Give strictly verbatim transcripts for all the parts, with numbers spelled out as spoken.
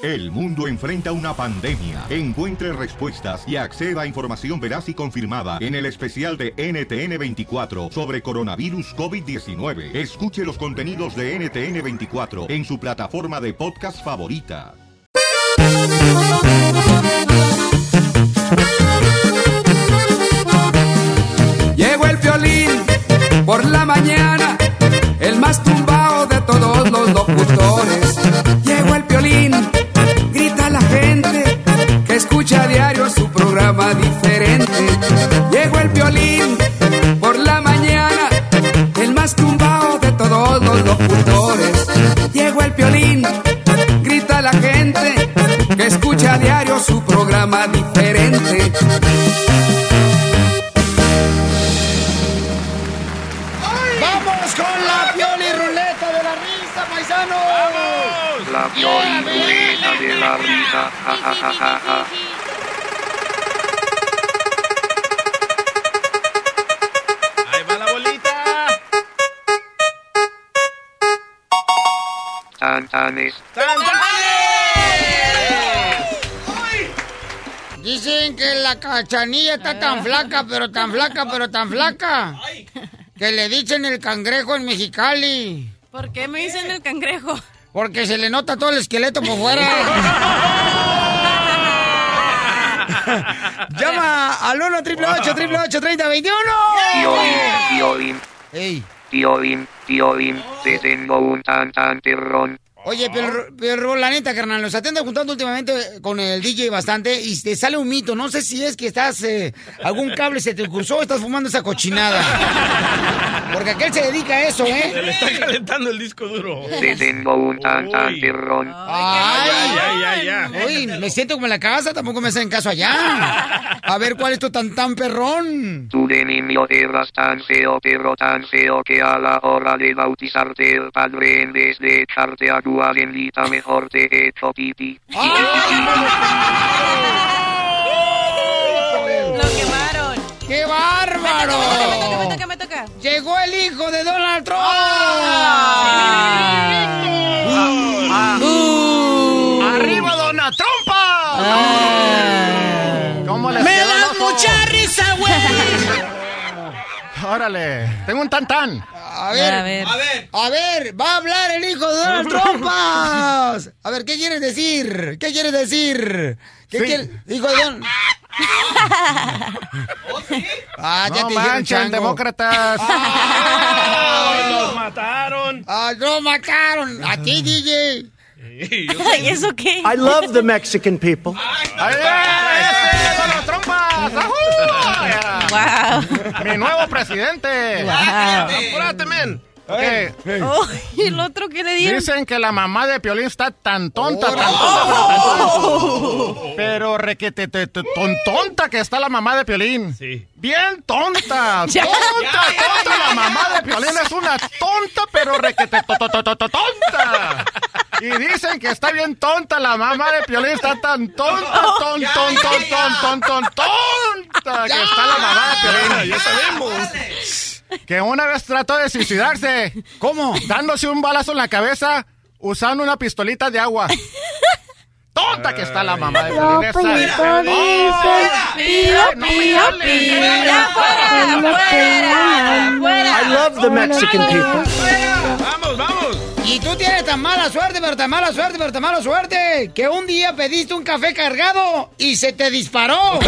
El mundo enfrenta una pandemia. Encuentre respuestas y acceda a información veraz y confirmada en el especial de N T N veinticuatro sobre coronavirus COVID diecinueve. Escuche los contenidos de N T N veinticuatro en su plataforma de podcast favorita. Llegó el Piolín por la mañana, el más tumbado de todos los locutores. Llegó el Piolín, grita la gente que escucha a diario su programa diferente. Llegó el Piolín por la mañana, el más tumbado de todos los locutores. Llegó el Piolín, grita la gente que escucha a diario su programa diferente. Con la Pioli Ruleta de la Risa, paisanos. ¡Vamos! La Pioli Ruleta de la Risa. Ja, ja, ja, ja, ja. Ahí va la bolita. Tantanes. ¡Tantanes! Dicen que la Cachanilla está tan flaca, pero tan flaca, pero tan flaca, que le dicen el cangrejo en Mexicali. ¿Por qué me dicen el cangrejo? Porque se le nota todo el esqueleto por fuera. Llama al uno, triple ocho, triple ocho, treinta, veintiuno. Piolín, Piolín. Ey. Piolín, Piolín, te tengo un tan tan terrón. Oye, pero, pero la neta, carnal, nos atiende juntando últimamente con el D J bastante y te sale un mito. No sé si es que estás, eh, algún cable se te cruzó o estás fumando esa cochinada. Porque aquel se dedica a eso, ¿eh? Se le está calentando el disco duro. Te tengo un tan tan terrón. Ay, ay, ay, ay, ay. Uy, me siento como en la casa, tampoco me hacen caso allá. A ver, ¿cuál es tu tan tan perrón? Tú de niño eras tan feo, pero tan feo que a la hora de bautizarte el padre en vez de echarte a tu abuelita mejor te he hecho pipí. Lo quemaron. ¡Qué bárbaro! Me toca, me toca, me toca, me toca. Llegó el hijo de Donald Trump. Ah. Uh. ¡Arriba, Donald Trump! Ah. ¿Cómo les ¡Me quedó el das ojo? mucha risa, güey! Órale, tengo un tan tan. A ver, A ver. a ver, a ver, va a hablar el hijo de Donald Trump. A ver, ¿qué quieres decir? ¿Qué quieres decir? ¿Qué Sí. quieres? Hijo de Don. Ah, ya No te dijeron manchen, chango. demócratas. ¡Ay, los mataron! Ah, lo mataron. A ti, D J. ¿Y eso qué? I love the Mexican people. ¡Ay, ese, Donald Trump! ¡Ajú! Wow. ¡Mi nuevo presidente! Wow. ¡Apúrate, men! Okay. Oh, ¿y el otro qué le dieron? Dicen que la mamá de Piolín está tan tonta, Oh. tan tonta, pero tan tonta. Pero requete, te- te- ton- tonta que está la mamá de Piolín. Sí. Bien tonta. Ya. Tonta, tonta. La mamá de Piolín es una tonta, pero requete to- to- to- to- to- tonta. Y dicen que está bien tonta. La mamá de Piolín está tan tonta, ton, ton, ton, ton, ton, ton, tonta que está la mamá de Piolín. Ya sabemos. Que una vez trató de suicidarse. ¿Cómo? Dándose un balazo en la cabeza usando una pistolita de agua. ¡Tonta que está la mamá de Piolín! esa. Pío, pío, pío. ¡Fuera, fuera, fuera! I love the Mexican people. ¡Vamos, vamos! Y tú tienes tan mala suerte, pero tan mala suerte, pero tan mala suerte, que un día pediste un café cargado y se te disparó.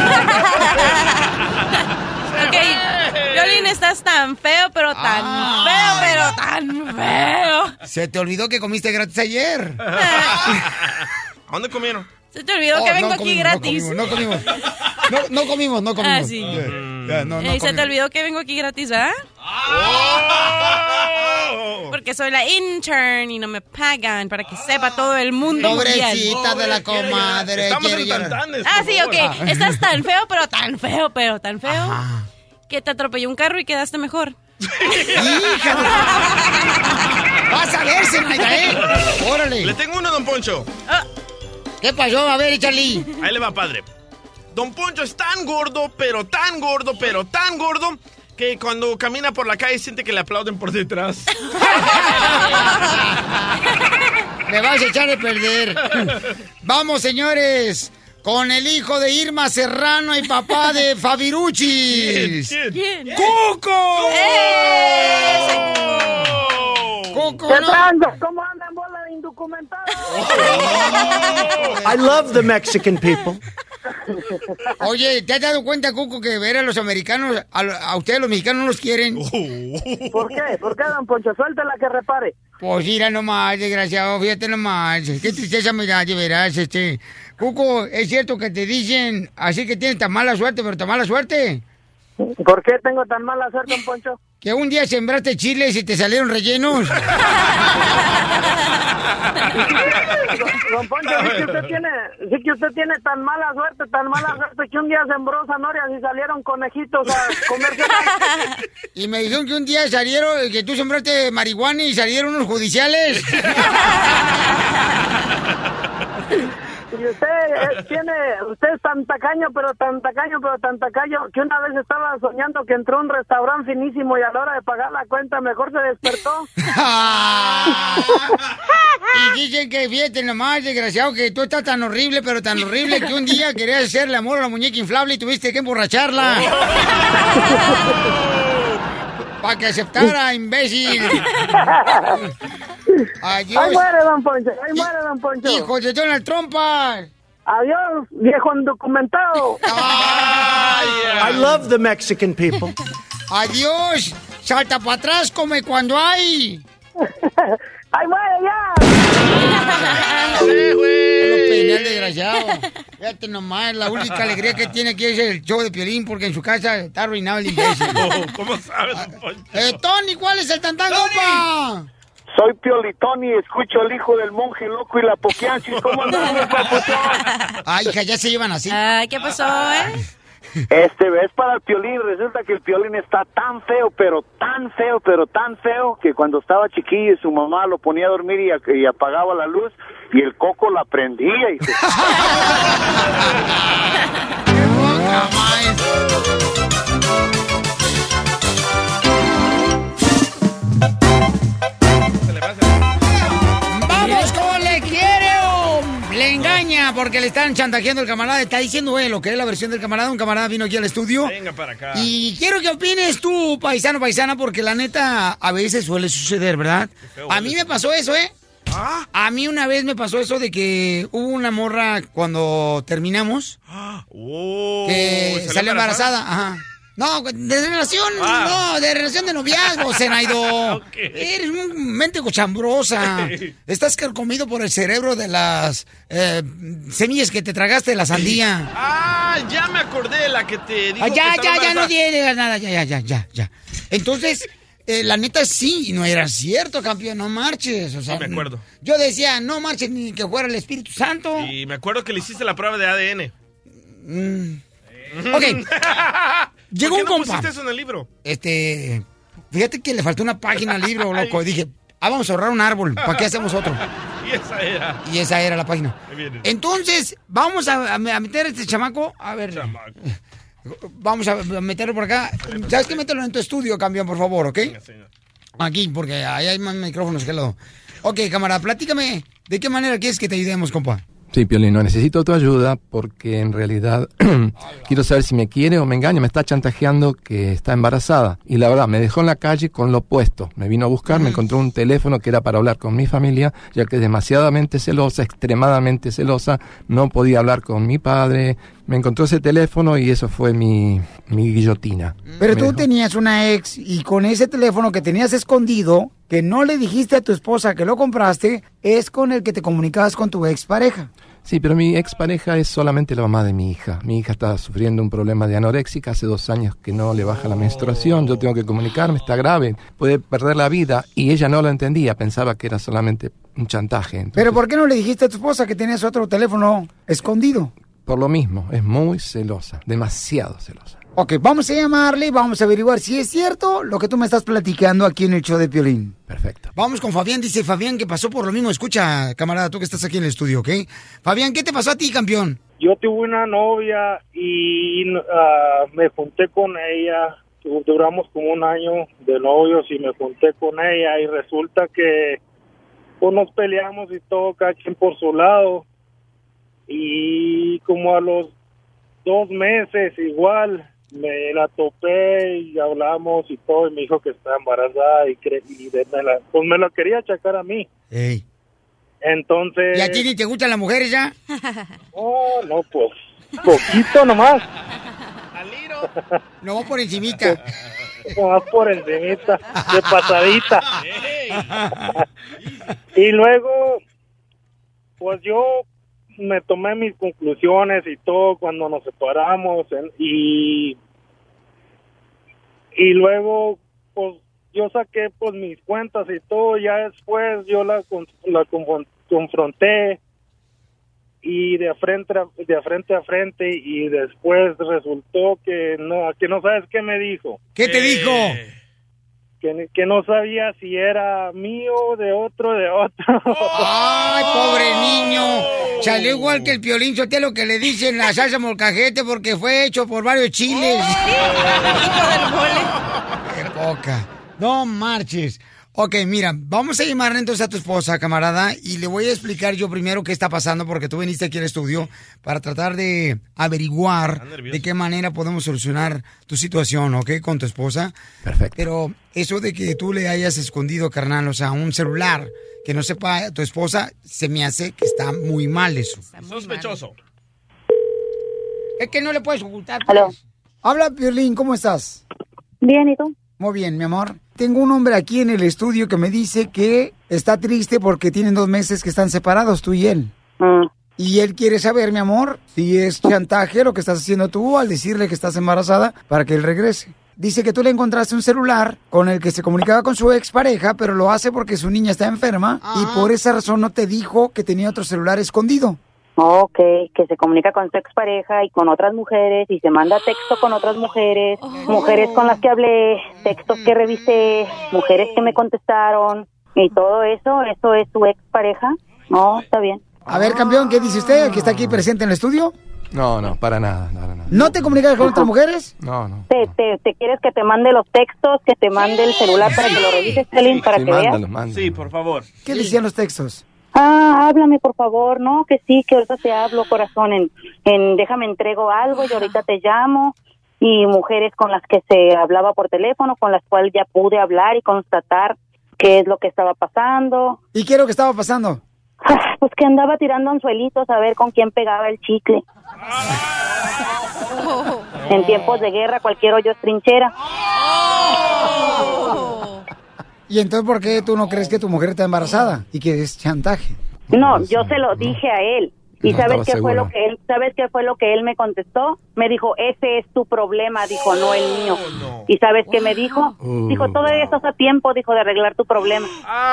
Ok, Piolín, estás tan feo, pero tan Ah. feo, pero tan feo. Se te olvidó que comiste gratis ayer. ¿A dónde comieron? Se te olvidó Oh, que vengo no aquí comimos, gratis. No comimos, no, no comimos, no comimos. Ah, sí. Ya, ya, no, no Ey, se te comimos. olvidó que vengo aquí gratis, ¿verdad? Porque soy la intern y no me pagan para que sepa todo el mundo mundial. Pobrecita de la comadre. Estamos quiere en llorar. Tantanes, Ah, por sí, favor. ok. Estás tan feo, pero tan feo, pero tan feo, Ajá. que te atropelló un carro y quedaste mejor. Hija de- Vas a ver, Zenaida, ¿eh? Órale. Le tengo uno, don Poncho. Ah, ¿Qué pasó? A ver, Charlie. Ahí le va, padre. Don Poncho es tan gordo, pero tan gordo, pero tan gordo, que cuando camina por la calle siente que le aplauden por detrás. Me vas a echar de perder. Vamos, señores, con el hijo de Irma Serrano y papá de Fabiruchis. ¿Quién? ¿Quién? ¡Cuco! ¡Eh! ¡Cuco, ¿Qué no! tranza? ¿Cómo andan bola de indocumentados? I love the Mexican people. Oye, ¿te has dado cuenta, Cuco, que ver a los americanos, a, a ustedes los mexicanos no los quieren? ¿Por qué? ¿Por qué, don Poncho? Suéltela que repare. Pues mira nomás, desgraciado, fíjate nomás. Qué tristeza me da, de veras, este. Cuco, ¿es cierto que te dicen así que tienes tan mala suerte, pero tan mala suerte? ¿Por qué tengo tan mala suerte, don Poncho? Que un día sembraste chiles y te salieron rellenos. Don, don Poncho, sí que usted tiene, sí que usted tiene tan mala suerte, tan mala suerte que un día sembró zanahorias y salieron conejitos a comerse. Y me dijeron que un día salieron, que tú sembraste marihuana y salieron unos judiciales. Y usted eh, tiene, usted es tan tacaño, pero tan tacaño, pero tan tacaño, que una vez estaba soñando que entró a un restaurante finísimo y a la hora de pagar la cuenta mejor se despertó. Y dicen que, fíjate nomás, desgraciado, que tú estás tan horrible, pero tan horrible que un día querías hacerle amor a la muñeca inflable y tuviste que emborracharla. Para que aceptara, imbécil. Adiós. Ahí muere, don Poncho, ahí muere, don Poncho. Hijo de Donald Trump. Adiós, viejo indocumentado. Ay, I love the Mexican people. Adiós. Salta para atrás, come cuando hay. ¡Ahí muere ya! ¡Sí, güey! Lo peiné al desgraciado. Fíjate nomás, la única alegría que tiene aquí es el show de Piolín, porque en su casa está arruinado el imbécil. ¿Cómo sabes, Poncho? Eh, Tony, ¿cuál es el tantán, compa? Soy Piolitón y escucho al hijo del monje loco y la poquianchis. ¿Cómo andamos, papuchón? Ay, hija, ya se llevan así. Ay, ¿qué pasó, eh? Este, ves para el Piolín, resulta que el Piolín está tan feo, pero tan feo, pero tan feo, que cuando estaba chiquillo y su mamá lo ponía a dormir y, a- y apagaba la luz, y el coco la prendía. Y... ¡Vamos con Le Quiere o Le Engaña! Porque le están chantajeando el camarada. Está diciendo él lo que es la versión del camarada. Un camarada vino aquí al estudio. Venga para acá. Y quiero que opines tú, paisano, paisana, porque la neta a veces suele suceder, ¿verdad? A mí me pasó eso, ¿eh? A mí una vez me pasó eso de que hubo una morra cuando terminamos Oh, que salió embarazada. Ajá. No, de relación, Ah. no, de relación de noviazgo, Zenaido. Eres un mente cochambrosa. Estás carcomido por el cerebro de las eh, semillas que te tragaste de la sandía. Ah, ya me acordé de la que te dijo Ah, ya, que ya, estaba ya, no embarazada. digas nada, ya, ya, ya, ya, ya. Entonces, eh, la neta sí, no era cierto, campeón, no marches. O sea, Sí, me acuerdo. Yo decía, no marches ni que fuera el Espíritu Santo. Y me acuerdo que le hiciste la prueba de A D N. Mm. Ok. Llegó ¿Por qué un no compa. pusiste eso en el libro? Este, fíjate que le faltó una página al libro, loco. Dije, ah, vamos a ahorrar un árbol, ¿para qué hacemos otro? Y esa era. Y esa era la página. Ahí viene. Entonces, vamos a, a meter a este chamaco. A ver. Vamos a meterlo por acá. ¿Sabes qué? Mételo en tu estudio, campeón, por favor, ¿ok? Aquí, porque ahí hay más micrófonos que al lado. Ok, camarada, platícame. ¿De qué manera quieres que te ayudemos, compa? Sí, Piolino, necesito tu ayuda porque en realidad quiero saber si me quiere o me engaña. Me está chantajeando que está embarazada. Y la verdad, me dejó en la calle con lo opuesto. Me vino a buscar, me encontró un teléfono que era para hablar con mi familia, ya que es demasiadamente celosa, extremadamente celosa. No podía hablar con mi padre. Me encontró ese teléfono y eso fue mi, mi guillotina. Pero Me tú dejó. tenías una ex y con ese teléfono que tenías escondido, que no le dijiste a tu esposa que lo compraste, es con el que te comunicabas con tu ex pareja. Sí, pero mi expareja es solamente la mamá de mi hija. Mi hija está sufriendo un problema de anoréxica, hace dos años que no le baja la menstruación, yo tengo que comunicarme, está grave, puede perder la vida, y ella no lo entendía, pensaba que era solamente un chantaje. Entonces, Pero ¿por qué no le dijiste a tu esposa que tenías otro teléfono escondido? por lo mismo, es muy celosa, demasiado celosa. Ok, vamos a llamarle y vamos a averiguar si es cierto lo que tú me estás platicando aquí en el show de Piolín. Perfecto. Vamos con Fabián, dice Fabián que pasó por lo mismo. Escucha, camarada, tú que estás aquí en el estudio, ¿ok? Fabián, ¿qué te pasó a ti, campeón? Yo tuve una novia y ah, me junté con ella, tu- duramos como un año de novios y me junté con ella y resulta que pues nos peleamos y todo, cada quien por su lado. Y como a los dos meses igual me la topé y hablamos y todo, y me dijo que estaba embarazada y, cre y de, me la, pues me la quería achacar a mí. Ey. Entonces... ¿Y a ti ni te gustan las mujeres ya? No, no, pues poquito nomás. No, por encimita. Nomás por encimita, de pasadita. Y luego, pues yo me tomé mis conclusiones y todo cuando nos separamos en, y y luego pues yo saqué pues mis cuentas y todo. Ya después yo la la confronté y de frente a, de frente a frente, y después resultó que no que no sabes qué me dijo. ¿Qué te dijo? Que, que no sabía si era mío, de otro, de otro. ¡Ay, pobre niño! Salió igual que el Piolín Sotelo, que le dicen la salsa molcajete porque fue hecho por varios chiles. ¡Qué poca! No marches. Ok, mira, vamos a llamar entonces a tu esposa, camarada, y le voy a explicar yo primero qué está pasando, porque tú viniste aquí al estudio para tratar de averiguar de qué manera podemos solucionar tu situación, ¿ok? Con tu esposa. Perfecto. Pero eso de que tú le hayas escondido, carnal, o sea, un celular que no sepa tu esposa, se me hace que está muy mal eso. Sospechoso. Es que no le puedes ocultar. Aló. Pues. Habla, Piolín, ¿cómo estás? Bien, ¿y tú? Muy bien, mi amor. Tengo un hombre aquí en el estudio que me dice que está triste porque tienen dos meses que están separados, tú y él. Mm. Y él quiere saber, mi amor, si es chantaje lo que estás haciendo tú al decirle que estás embarazada para que él regrese. Dice que tú le encontraste un celular con el que se comunicaba con su expareja, pero lo hace porque su niña está enferma. Ajá. Y por esa razón no te dijo que tenía otro celular escondido. Ok, que se comunica con su expareja y con otras mujeres y se manda texto con otras mujeres, oh. mujeres con las que hablé, textos que revisé, mujeres que me contestaron y todo eso, ¿eso es su expareja? No, está bien. A ver, campeón, ¿qué dice usted que está aquí presente en el estudio? No, no, para nada, para nada. ¿No te comunicas con otras mujeres? No, no. ¿Te, te, ¿Te quieres que te mande los textos, que te mande el celular para que lo revises, Pelín, para sí, que mándalo, veas? mándalo. Sí, por favor. ¿Qué decían los textos? Ah, háblame, por favor. No, que sí, que ahorita te hablo, corazón, en, en déjame entrego algo y ahorita te llamo. Y mujeres con las que se hablaba por teléfono, con las cuales ya pude hablar y constatar qué es lo que estaba pasando. ¿Y qué es lo que estaba pasando? Pues que andaba tirando anzuelitos a ver con quién pegaba el chicle. En tiempos de guerra cualquier hoyo es trinchera. ¿Y entonces por qué tú no crees que tu mujer está embarazada y que es chantaje? No, yo se lo dije a él. ¿Y No sabes estaba qué fue seguro. lo que él, sabes qué fue lo que él me contestó? Me dijo, ese es tu problema, dijo, no el mío. ¿Y sabes qué me dijo? Uh. Dijo, todavía estás a tiempo, dijo, de arreglar tu problema.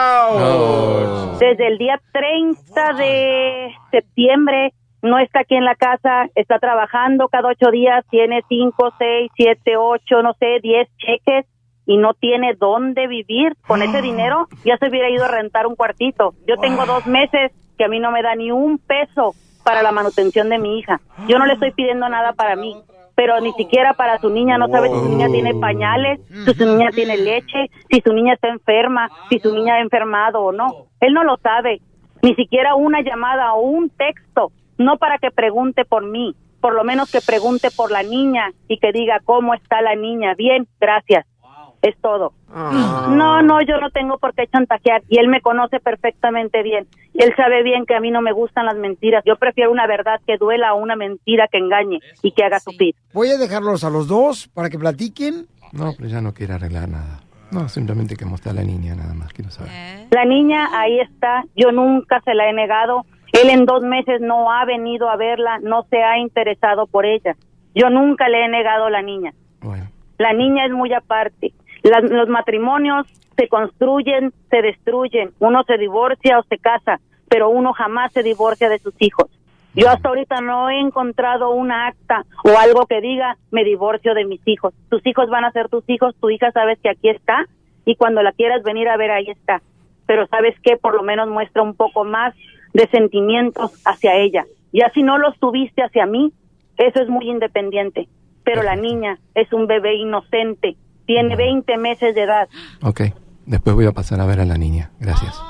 No. Desde el día treinta de septiembre no está aquí en la casa, está trabajando cada ocho días, tiene cinco, seis, siete, ocho, no sé, diez cheques y no tiene dónde vivir. Con ese dinero ya se hubiera ido a rentar un cuartito. Yo tengo dos meses que a mí no me da ni un peso para la manutención de mi hija. Yo no le estoy pidiendo nada para mí, pero ni siquiera para su niña. No sabe si su niña tiene pañales, si su niña tiene leche, si su niña está enferma, si su niña ha enfermado o no. Él no lo sabe. Ni siquiera una llamada o un texto, no para que pregunte por mí, por lo menos que pregunte por la niña y que diga cómo está la niña. Bien, gracias. Es todo. Ah. No, no, yo no tengo por qué chantajear y él me conoce perfectamente bien. Y él sabe bien que a mí no me gustan las mentiras. Yo prefiero una verdad que duela a una mentira que engañe y que haga sufrir. Voy a dejarlos a los dos para que platiquen. No, pero ya no quiere arreglar nada. No, simplemente que mostrar a la niña, nada más, quiero saber. La niña ahí está, yo nunca se la he negado. Él en dos meses no ha venido a verla, no se ha interesado por ella. Yo nunca le he negado a la niña. Bueno. La niña es muy aparte. Las, los matrimonios se construyen, se destruyen. Uno se divorcia o se casa, pero uno jamás se divorcia de sus hijos. Yo hasta ahorita no he encontrado una acta o algo que diga me divorcio de mis hijos. Tus hijos van a ser tus hijos, tu hija sabes que aquí está y cuando la quieras venir a ver ahí está. Pero sabes que por lo menos muestra un poco más de sentimientos hacia ella. Ya si no los tuviste hacia mí, eso es muy independiente. Pero la niña es un bebé inocente. Tiene veinte meses de edad. Ok, después voy a pasar a ver a la niña. Gracias.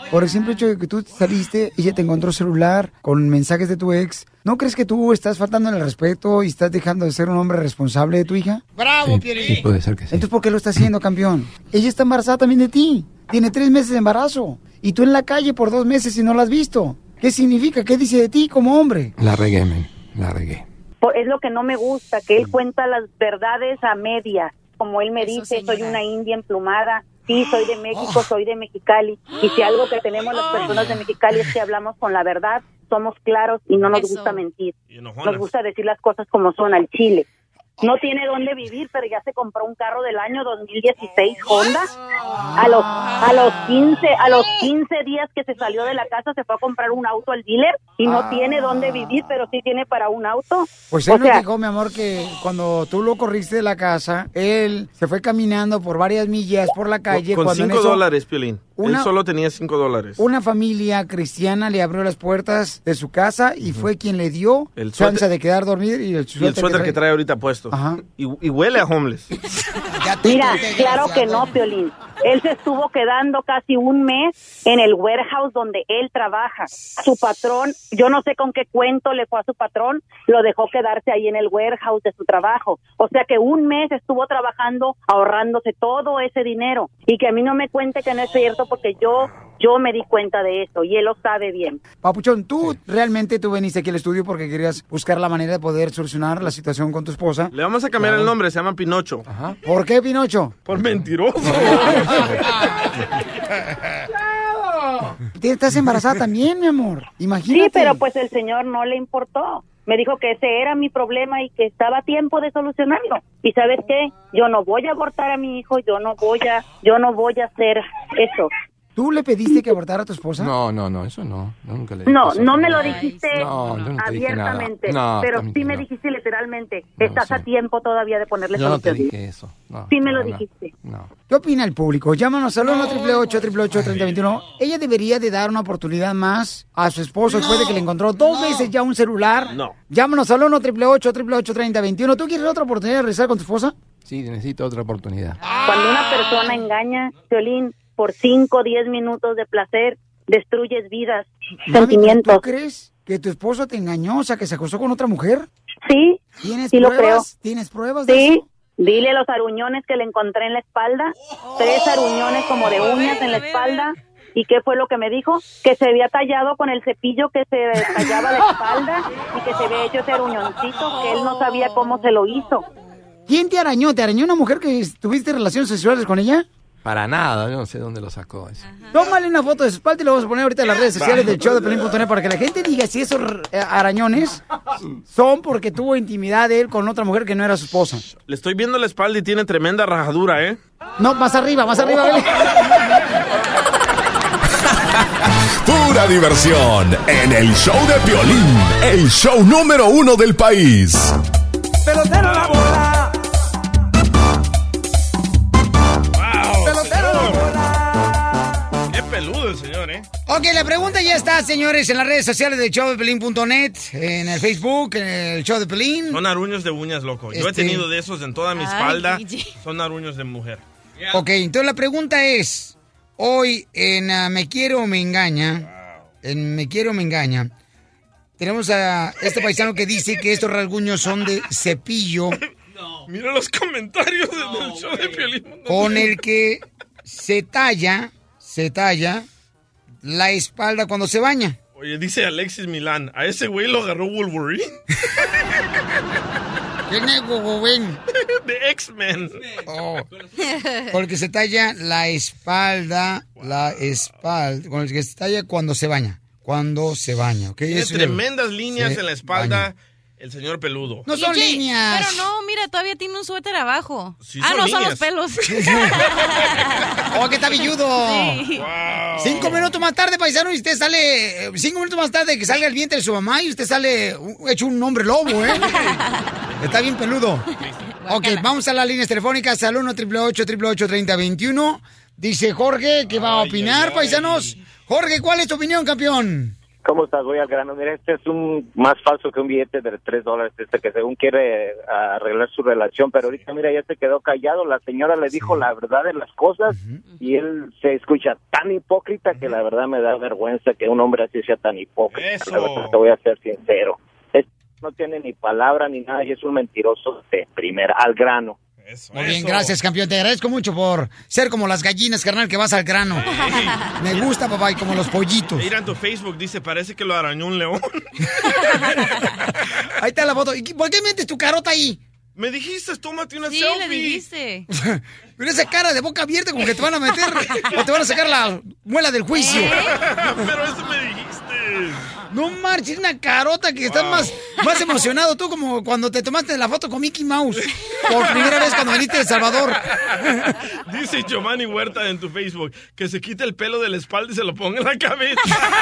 por el simple hecho de que tú saliste, ella te encontró celular con mensajes de tu ex. ¿No crees que tú estás faltando el respeto y estás dejando de ser un hombre responsable de tu hija? ¡Bravo, Piolín! Sí, puede ser que sí. Entonces, ¿por qué lo está haciendo, campeón? Ella está embarazada también de ti. Tiene tres meses de embarazo. Y tú en la calle por dos meses y no la has visto. ¿Qué significa? ¿Qué dice de ti como hombre? La regué, men. La regué. Es lo que no me gusta, que él cuenta las verdades a medias. Como él me Eso, dice, señora. soy una india emplumada. Sí, soy de México, soy de Mexicali. Y si algo que tenemos las personas de Mexicali es que hablamos con la verdad, somos claros y no nos Eso. gusta mentir. Y enojonas. Nos gusta decir las cosas como son al chile. No tiene dónde vivir, pero ya se compró un carro del año dos mil dieciséis Honda. A los a los quince a los quince días que se salió de la casa se fue a comprar un auto al dealer y no Ah. tiene dónde vivir, pero sí tiene para un auto. Pues O él nos sea, dijo, mi amor, que cuando tú lo corriste de la casa, él se fue caminando por varias millas por la calle. Con cuando en cinco eso, dólares, Piolín. una- Él solo tenía cinco dólares. Una familia cristiana le abrió las puertas de su casa y fue quien le dio El chance suéter- de quedar dormido y el Y el suéter, suéter que trae ahorita puesto. Ajá. Y, y huele a homeless. Mira, claro que no, Piolín. Él se estuvo quedando casi un mes en el warehouse donde él trabaja. Su patrón, yo no sé con qué cuento le fue a su patrón, lo dejó quedarse ahí en el warehouse de su trabajo. O sea que un mes estuvo trabajando, ahorrándose todo ese dinero. Y que a mí no me cuente que no es cierto porque yo, yo me di cuenta de eso y él lo sabe bien. Papuchón, tú realmente tú veniste aquí al estudio porque querías buscar la manera de poder solucionar la situación con tu esposa. Le vamos a cambiar Claro. el nombre, se llama Pinocho. ¿Por qué, Pinocho? Por mentiroso. Estás embarazada también, mi amor. Imagínate. Sí, pero pues el señor no le importó. Me dijo que ese era mi problema y que estaba a tiempo de solucionarlo. ¿Y sabes qué? Yo no voy a abortar a mi hijo, yo no voy a, yo no voy a hacer eso. ¿Tú le pediste que abortara a tu esposa? No, no, no, eso no. Nunca le dije No, eso. no me lo dijiste No, yo no te dije nada. abiertamente, No, pero también sí que me no. dijiste literalmente, estás a tiempo todavía de ponerle Yo no te solución. dije eso. No, Sí me lo no, no. dijiste. ¿Qué opina el público? Llámanos al uno, ocho ocho ocho, ocho ocho, tres cero dos uno. Ella debería de dar una oportunidad más a su esposo después de que le encontró dos veces ya un celular. No. Llámanos al uno, ocho ocho ocho, ocho ocho, tres cero dos uno. ¿Tú quieres otra oportunidad de regresar con tu esposa? Sí, necesito otra oportunidad. Cuando una persona engaña, Violín, por cinco o diez minutos de placer, destruyes vidas, Mami, sentimientos. ¿tú crees que tu esposo te engañó, o sea, que se acostó con otra mujer? Sí, ¿Tienes sí lo pruebas? creo. ¿Tienes pruebas de Sí, eso? dile los aruñones que le encontré en la espalda, tres aruñones como de uñas en la espalda. ¿Y qué fue lo que me dijo? Que se había tallado con el cepillo que se tallaba la espalda y que se había hecho ese aruñoncito, que él no sabía cómo se lo hizo. ¿Quién te arañó? ¿Te arañó una mujer que tuviste relaciones sexuales con ella? Para nada, yo no sé dónde lo sacó eso. Tómale una foto de su espalda y lo vamos a poner ahorita en las redes sociales del show de Pelín punto net para que la gente diga si esos eh, arañones son porque tuvo intimidad de él con otra mujer que no era su esposa. Le estoy viendo la espalda y tiene tremenda rajadura, ¿eh? No, más arriba, más arriba. Vele. Pura diversión en el show de Piolín, el show número uno del país. Pelotero la bola. Pelotero la bola. Qué peludo el señor, ¿eh? Ok, la pregunta ya está, señores, en las redes sociales del show de Pelín punto net, en el Facebook, en el show de Pelín. Son aruños de uñas, loco. Yo he Este- tenido de esos en toda mi Ay, espalda. D J. Son aruños de mujer. Ok, entonces la pregunta es, hoy en uh, Me Quiero o Me Engaña, en Me Quiero o Me Engaña, tenemos a este paisano que dice que estos rasguños son de cepillo Mira los comentarios del show de Piolín. con el que se talla, se talla la espalda cuando se baña. Oye, dice Alexis Milán, a ese güey lo agarró Wolverine. ¿Quién es Wolverine? De X-Men. Oh. Con el que se talla la espalda, la espalda, con el que se talla cuando se baña, cuando se baña, ¿ok? Tiene Eso- tremendas líneas se en la espalda. baña. El señor peludo. No son D J, líneas. Pero no, mira, todavía tiene un suéter abajo. Sí, ah, son no, son líneas. los pelos. ¡Oh, qué tabilludo! Sí. Cinco minutos más tarde, paisano, y usted sale... eh, Cinco minutos más tarde que salga el vientre de su mamá y usted sale uh, hecho un hombre lobo, ¿eh? Está bien peludo. Ok, vamos a las líneas telefónicas al uno, ocho ocho ocho, ocho ocho, tres cero dos uno. Dice Jorge que va a opinar, paisanos. Jorge, ¿cuál es tu opinión, campeón? ¿Cómo estás? Voy al grano. Mira, este es un más falso que un billete de tres dólares, este que según quiere arreglar su relación, pero ahorita, mira, ya se quedó callado. La señora le dijo sí. la verdad de las cosas uh-huh. y él se escucha tan hipócrita uh-huh. que la verdad me da vergüenza que un hombre así sea tan hipócrita. Eso. La verdad, te voy a ser sincero. Este no tiene ni palabra ni nada y es un mentiroso de primera, al grano. Eso, Muy bien, eso. Gracias, campeón. Te agradezco mucho por ser como las gallinas, carnal, que vas al grano. Sí. Me gusta, papá, y como los pollitos. Mira en tu Facebook, dice, parece que lo arañó un león. Ahí está la foto. ¿Y por qué metes tu carota ahí? Me dijiste, tómate una sí, selfie. Sí, le dijiste. Pero esa cara de boca abierta como que te van a meter o te van a sacar la muela del juicio. ¿Eh? Pero eso me dijiste. No marches, una carota que wow. estás más, más emocionado tú como cuando te tomaste la foto con Mickey Mouse. Por primera vez cuando viniste de El Salvador. Dice Giovanni Huerta en tu Facebook que se quite el pelo de la espalda y se lo ponga en la cabeza.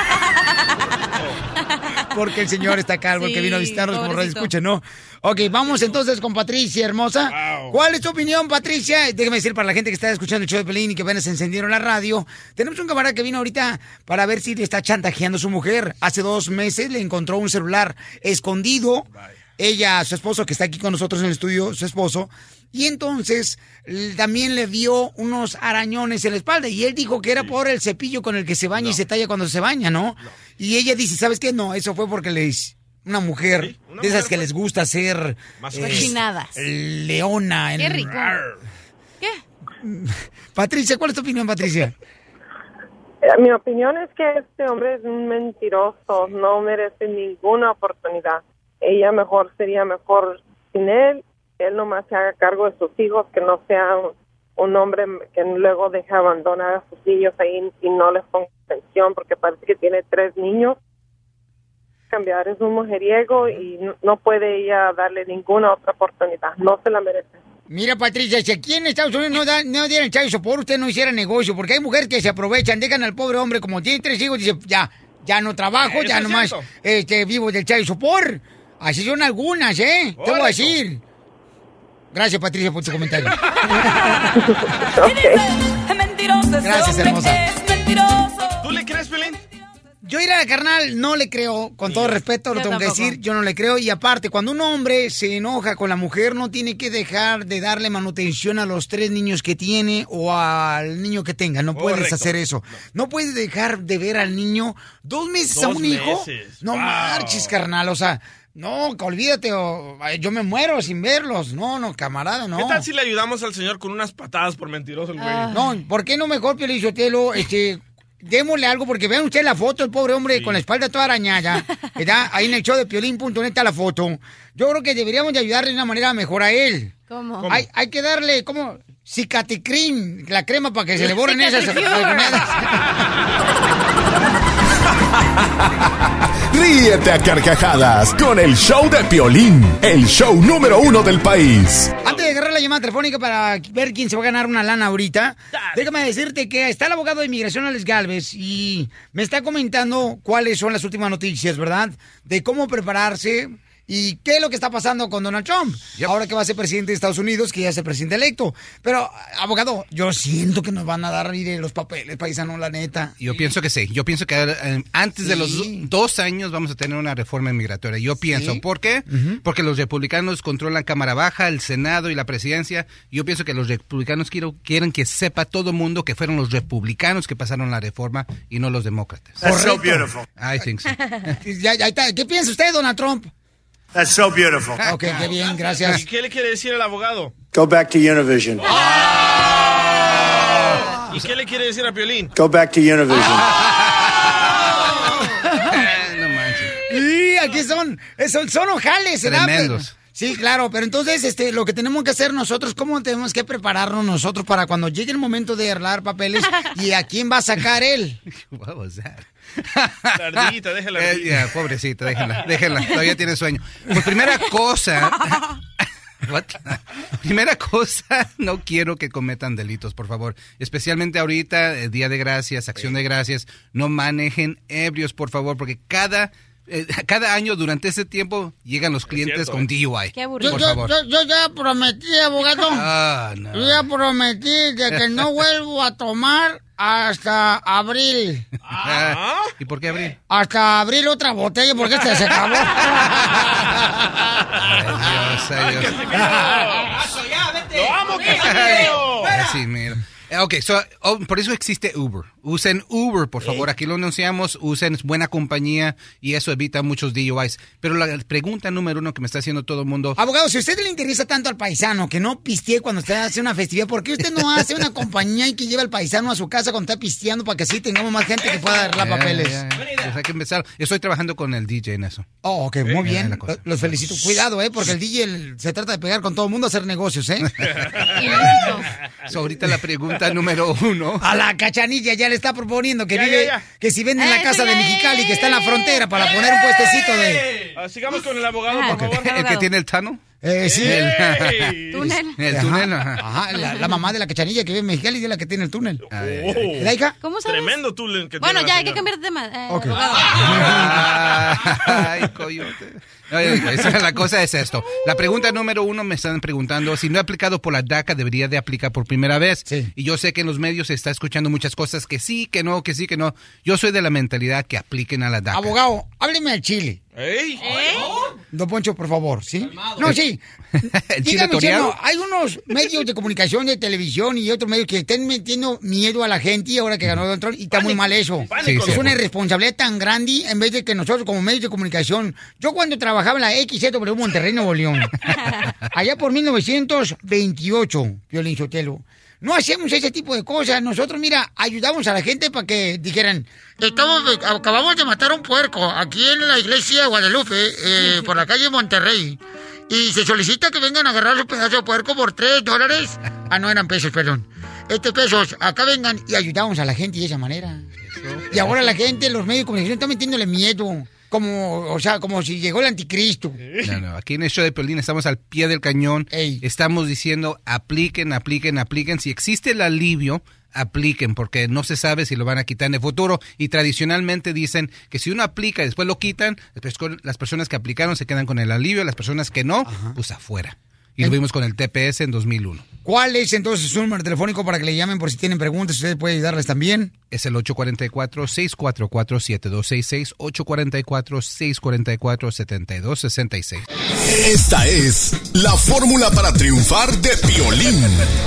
Porque el señor está calvo, sí, que vino a visitarnos pobrecito. Como radio escucha, ¿no? Ok, vamos entonces con Patricia, hermosa. Wow. ¿Cuál es tu opinión, Patricia? Déjame decir para la gente que está escuchando el show de Pelín y que apenas encendieron la radio. Tenemos un camarada que vino ahorita para ver si le está chantajeando a su mujer. Hace dos meses le encontró un celular escondido. Bye. Ella, su esposo, que está aquí con nosotros en el estudio, su esposo. Y entonces también le dio unos arañones en la espalda. Y él dijo que era sí. por el cepillo con el que se baña no. y se talla cuando se baña, ¿no? no. Y ella dice, ¿sabes qué? No, eso fue porque les... Una mujer sí, una de esas mujer que les gusta hacer... Más cochinadas. Eh, leona. En... Qué rico. ¿Qué? Patricia, ¿cuál es tu opinión, Patricia? Mi opinión es que este hombre es un mentiroso. No merece ninguna oportunidad. Ella mejor sería mejor sin él. Él nomás se haga cargo de sus hijos, que no sea un, un hombre que luego deje abandonar a sus niños ahí y no les ponga atención, porque parece que tiene tres niños. Cambiar, es un mujeriego y no puede ella darle ninguna otra oportunidad, no se la merece. Mira, Patricia, si aquí en Estados Unidos no, da, no dieran child support, usted no hiciera negocio, porque hay mujeres que se aprovechan, dejan al pobre hombre, como tiene tres hijos, dice, ya, ya no trabajo, ya nomás este, vivo del child support. Así son algunas, ¿eh? Te voy a decir. Gracias, Patricia, por tu comentario. Gracias, hermosa. ¿Tú le crees, Pelín? Yo ir a la carnal no le creo, con todo respeto, lo tengo que decir, yo no le creo. Y aparte, cuando un hombre se enoja con la mujer, no tiene que dejar de darle manutención a los tres niños que tiene o al niño que tenga. No puedes Correcto. hacer eso. No puedes dejar de ver al niño dos meses dos a un meses. hijo. No wow. marches, carnal, o sea... No, olvídate, o, yo me muero sin verlos. No, no, camarada, no. ¿Qué tal si le ayudamos al señor con unas patadas por mentiroso el güey? Ah. No, ¿por qué no mejor, Piolín Sotelo, este... démosle algo, porque vean ustedes la foto, el pobre hombre sí. con la espalda toda arañada, ¿verdad? Ahí en el show de piolín punto net está la foto. Yo creo que deberíamos de ayudarle de una manera mejor a él. ¿Cómo? ¿Cómo? Hay, hay que darle, ¿cómo? Cicatricrin, la crema para que se le borren esas arañadas. Ríete a carcajadas con el show de Piolín, el show número uno del país. Antes de agarrar la llamada telefónica para ver quién se va a ganar una lana ahorita, déjame decirte que está el abogado de inmigración, Alex Galvez, y me está comentando cuáles son las últimas noticias, ¿verdad? De cómo prepararse y qué es lo que está pasando con Donald Trump. Yep. Ahora que va a ser presidente de Estados Unidos, que ya es el presidente electo. Pero, abogado, yo siento que nos van a dar los papeles, paisano, la neta. Yo pienso que sí. Yo pienso que eh, antes sí. de los dos años vamos a tener una reforma migratoria. Yo pienso. ¿Sí? ¿Por qué? Uh-huh. Porque los republicanos controlan Cámara Baja, el Senado y la presidencia. Yo pienso que los republicanos quiero, quieren que sepa todo el mundo que fueron los republicanos que pasaron la reforma y no los demócratas. That's so beautiful. I think so. ya, ya está. ¿Qué piensa usted, Donald Trump? That's so beautiful. Ok, qué bien, gracias. ¿Y qué le quiere decir el abogado? Go back to Univision. Ah. ¿Y qué le quiere decir a Piolín? Go back to Univision. Ah. No manches. Y aquí son, son, son ojales, ¿verdad? Tremendos. Sí, claro, pero entonces este, lo que tenemos que hacer nosotros, ¿cómo tenemos que prepararnos nosotros para cuando llegue el momento de arreglar papeles y a quién va a sacar él? What was that? La ardillita, déjala. Eh, yeah, pobrecita, déjenla, déjenla, todavía tiene sueño. Pues primera cosa, what? primera cosa, no quiero que cometan delitos, por favor. Especialmente ahorita, eh, Día de Gracias, Acción de Gracias, no manejen ebrios, por favor, porque cada... Eh, cada año durante ese tiempo llegan los clientes cierto, con D U I. Qué aburrido. Por yo, favor. Yo, yo ya prometí, abogado. Ah, no. Yo ya prometí de que no vuelvo a tomar hasta abril. Ah, ¿y por qué abril? Hasta abril otra botella porque esta se acabó. Dios, ay, Dios. ¡Lo amo, Casimiro! Sí, mira. Ok, so, oh, por eso existe Uber. Usen Uber, por favor. Aquí lo anunciamos. Usen buena compañía y eso evita muchos D U Is. Pero la pregunta número uno que me está haciendo todo el mundo... Abogado, si a usted le interesa tanto al paisano que no pistee cuando usted hace una festividad, ¿por qué usted no hace una compañía y que lleve al paisano a su casa cuando está pisteando para que así tengamos más gente que pueda arreglar Ya, papeles? ya, ya. Pues hay que empezar. Estoy trabajando con el D J en eso. Oh, ok, muy Eh, bien. la cosa. Los felicito. Cuidado, ¿eh? Porque el D J el- se trata de pegar con todo el mundo a hacer negocios, ¿eh? So, ahorita la pregunta número uno. A la Cachanilla ya le está proponiendo que Ya, vive, ya, ya. que si vende en la Eso casa de ya Mexicali, que está en la frontera, para poner un puestecito de... Ah, sigamos con el abogado, Ah, por favor. ¿El que tiene el tunnel? Eh, sí. Ey. Túnel. El Ajá. túnel, ajá. Ajá, la, la mamá de la Cachanilla que vive en Mexicali es la que tiene el túnel. A ver, a ver. ¿La hija? ¿Cómo sabes? Tremendo túnel que Bueno, tiene ya la hay que señora. cambiar de tema. Eh, Ok. abogado. Ay, coyote. Oye, esa- la cosa es esto. La pregunta número uno me están preguntando si no he aplicado por la DACA, debería de aplicar por primera vez. Sí. Y yo sé que en los medios se está escuchando muchas cosas que sí, que no, que sí, que no. Yo soy de la mentalidad que apliquen a la DACA. Abogado, hábleme al chile. Ey. Don Poncho, por favor, ¿sí? No, sí. ¿El chile Dígame, toreado? Chino, hay unos medios de comunicación, de televisión y otros medios que están metiendo miedo a la gente y ahora que ganó Donald Trump, y está muy mal eso. Pánico, Sí, Es sí. una irresponsabilidad tan grande en vez de que nosotros como medios de comunicación... Yo cuando trabajaba en la X C W Monterrey, Nuevo León, allá por mil novecientos veintiocho, Piolín Sotelo, no hacemos ese tipo de cosas. Nosotros, mira, ayudamos a la gente para que dijeran... Estamos, acabamos de matar a un puerco aquí en la iglesia de Guadalupe, eh, por la calle Monterrey. Y se solicita que vengan a agarrar su pedazo de puerco por tres dólares. Ah, no, eran pesos, perdón. Este pesos, acá vengan y ayudamos a la gente de esa manera. Y ahora la gente, los medios de comunicación están metiéndole miedo. Como, o sea, como si llegó el anticristo. No, no, aquí en el show de Piolín estamos al pie del cañón. Ey. Estamos diciendo apliquen, apliquen, apliquen. Si existe el alivio, apliquen, porque no se sabe si lo van a quitar en el futuro. Y tradicionalmente dicen que si uno aplica y después lo quitan, las personas que aplicaron se quedan con el alivio, las personas que no, pues afuera. Y lo vimos con el T P S en dos mil uno. ¿Cuál es entonces su número telefónico para que le llamen por si tienen preguntas? ¿Usted puede ayudarles también? Es el ocho cuatro cuatro, seis cuatro cuatro, siete dos seis seis, ocho cuatro cuatro, seis cuatro cuatro, siete dos seis seis. Esta es la fórmula para triunfar de Piolín.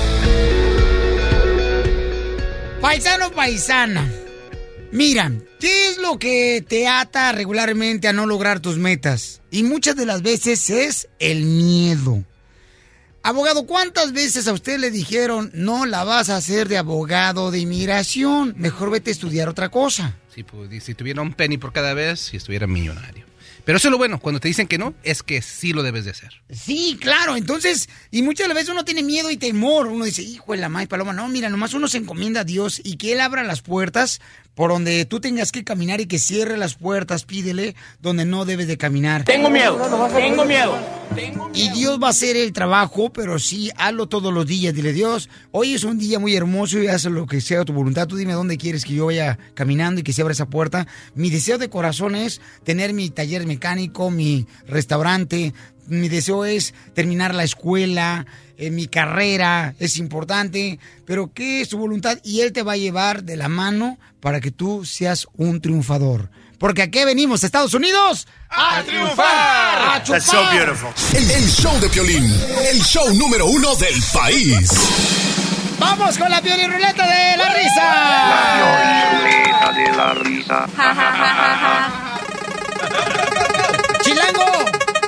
Paisano, paisana. Mira, ¿qué es lo que te ata regularmente a no lograr tus metas? Y muchas de las veces es el miedo. Abogado, ¿cuántas veces a usted le dijeron no la vas a hacer de abogado de inmigración? Mejor vete a estudiar otra cosa. Sí, pues, si tuviera un penny por cada vez, si estuviera millonario. Pero eso es lo bueno, cuando te dicen que no, es que sí lo debes de hacer. Sí, claro, entonces, y muchas de las veces uno tiene miedo y temor. Uno dice, hijo de la maíz paloma, no, mira, nomás uno se encomienda a Dios y que Él abra las puertas por donde tú tengas que caminar y que cierre las puertas, pídele donde no debes de caminar. Tengo miedo, tengo miedo. Y Dios va a hacer el trabajo, pero sí, hazlo todos los días. Dile, Dios, hoy es un día muy hermoso y haz lo que sea tu voluntad. Tú dime dónde quieres que yo vaya caminando y que se abra esa puerta. Mi deseo de corazón es tener mi taller mecánico, mi restaurante. Mi deseo es terminar la escuela, eh, mi carrera es importante. Pero ¿qué es tu voluntad? Y Él te va a llevar de la mano para que tú seas un triunfador. Porque aquí venimos, Estados Unidos, a, ¡A triunfar! a chupar. That's so beautiful. El, el show de Piolín, el show número uno del país. ¡Vamos con la Piolín Ruleta de la risa! La Ruleta de la risa. Ja, ja, ja, ja, ja. ¡Chilango!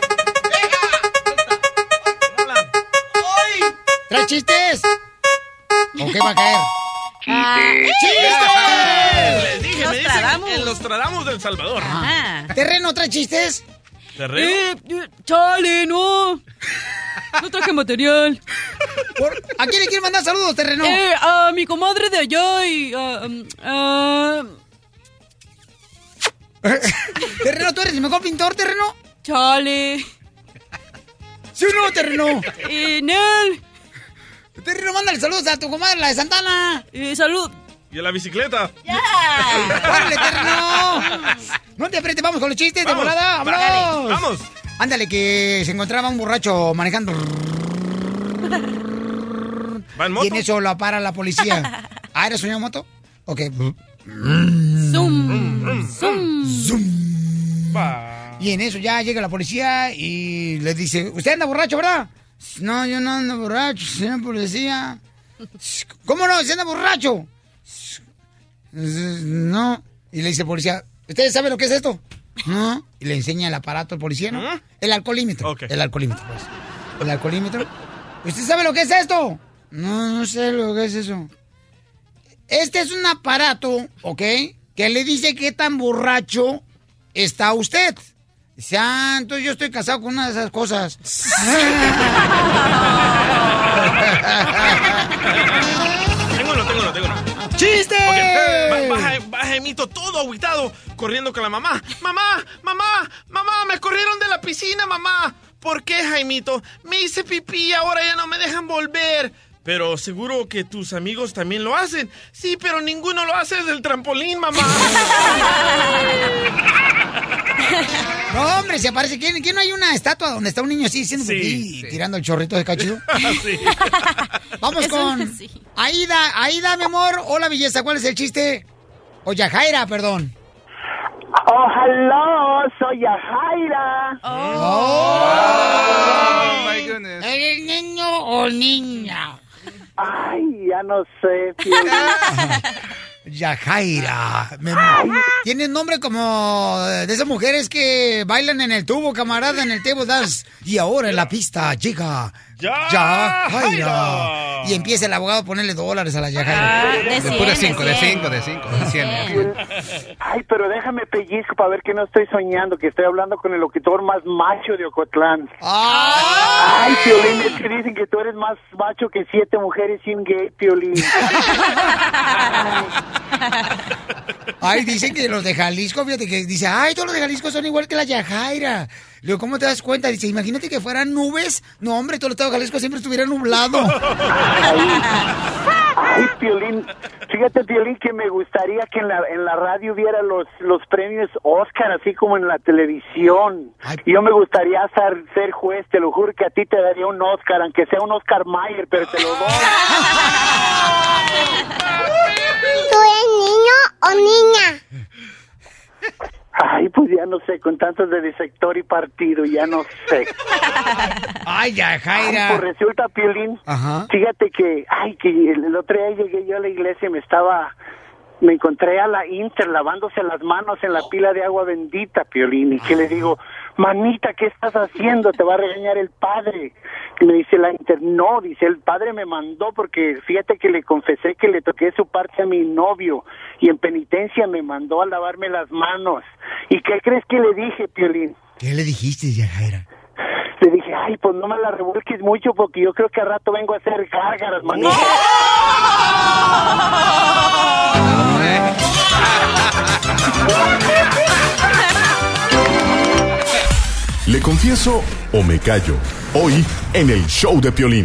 ¿Trae chistes? ¿O qué va a caer? Chiste. ¡Chistes! Les dije, me dicen Nostradamus. en los Nostradamus del Salvador. Ah. ¿Terreno trae chistes? ¿Terreno? Eh, eh, chale, no. No traje material. Por- ¿A quién le quiere mandar saludos, Terreno? Eh, a mi comadre de allá y... ah, um, ah, Terreno, ¿tú eres el mejor pintor, Terreno? chale. ¿Sí o no, Terreno? Eh, Nel. Terreno, mándale saludos a tu comadre, la de Santana. Eh, salud. ¿Y en la bicicleta? ¡Órale, Terreno! No te aprietes, vamos con los chistes Vamos, de volada. va- ¡Vámonos! vamos. Ándale, que se encontraba un borracho manejando. ¿Va en Y moto? en eso lo para la policía. ¿Ah, eres una moto? Ok. Zoom. Zoom. Zoom. Y en eso ya llega la policía y le dice, ¿usted anda borracho, verdad? No, yo no ando borracho, señor policía. ¿Cómo no? ¿Usted anda borracho? No. Y le dice el policía, ¿usted sabe lo que es esto? No. Y le enseña el aparato al policía, ¿no? El alcoholímetro. Okay. El alcoholímetro, pues. El alcoholímetro. ¿Usted sabe lo que es esto? No, no sé lo que es eso. Este es un aparato, ¿ok? Que le dice qué tan borracho está usted. Dice, ah, entonces yo estoy casado con una de esas cosas. Tengo uno, tengo uno, tengo uno. ¡Chiste! Okay. Va, va, va Jaimito todo agüitado, corriendo con la mamá. Mamá, mamá, mamá, me corrieron de la piscina, mamá. ¿Por qué, Jaimito? Me hice pipí, ahora ya no me dejan volver. Pero seguro que tus amigos también lo hacen. Sí, pero ninguno lo hace desde el trampolín, mamá. No, hombre, se aparece. ¿Quién, ¿quién no hay una estatua donde está un niño así haciendo pipí sí, y sí. tirando el chorrito de cachido? Sí. Vamos Eso con sí. Aida. Aida, mi amor. Hola, belleza. ¿Cuál es el chiste? O Yajaira, perdón. Oh, hello, soy Yajaira. Oh. Oh, my goodness. ¿Eres niño o niña? Ay, ya no sé. Yajaira. Me... Tiene nombre como de esas mujeres que bailan en el tubo, camarada, en el table dance. Y ahora en la pista llega Yajaira. Y empieza el abogado a ponerle dólares a la Yajaira. Ah, de, de pura cinco, de cinco, de cinco, de cien. Ay, pero déjame pellizco para ver que no estoy soñando, que estoy hablando con el locutor más macho de Ocotlán. Ay, Piolín, es que dicen que tú eres más macho que siete mujeres y un gay, Piolín. Ay, dicen que los de Jalisco, fíjate que dice, ay, todos los de Jalisco son igual que la Yajaira. Le digo, ¿cómo te das cuenta? Dice, imagínate que fueran nubes. No, hombre, todo el estado de Jalisco siempre estuviera nublado. Ay, ay, Piolín, fíjate, Piolín, que me gustaría que en la, en la radio hubiera los, los premios Oscar, así como en la televisión. Ay. Yo me gustaría ser, ser juez, te lo juro que a ti te daría un Oscar, aunque sea un Oscar Mayer, pero te lo doy. ¿Tú eres niño o niña? Ay, pues ya no sé, con tantos de sector y partido, ya no sé. Ay, ya, Jaira. Ay, pues resulta, Piolín, Ajá. fíjate que, ay, que el otro día llegué yo a la iglesia y me estaba, me encontré a la Inter lavándose las manos en la pila de agua bendita, Piolín, y que le digo, manita, ¿qué estás haciendo? Te va a regañar el padre. Y me dice la Inter, no, dice, el padre me mandó porque fíjate que le confesé que le toqué su parte a mi novio y en penitencia me mandó a lavarme las manos. ¿Y qué crees que le dije, Piolín? ¿Qué le dijiste, Yajaira? Le dije, ay, pues no me la revuelques mucho porque yo creo que al rato vengo a hacer gárgaras, manita. ¡No! ¿Le confieso o me callo? Hoy en el show de Piolín.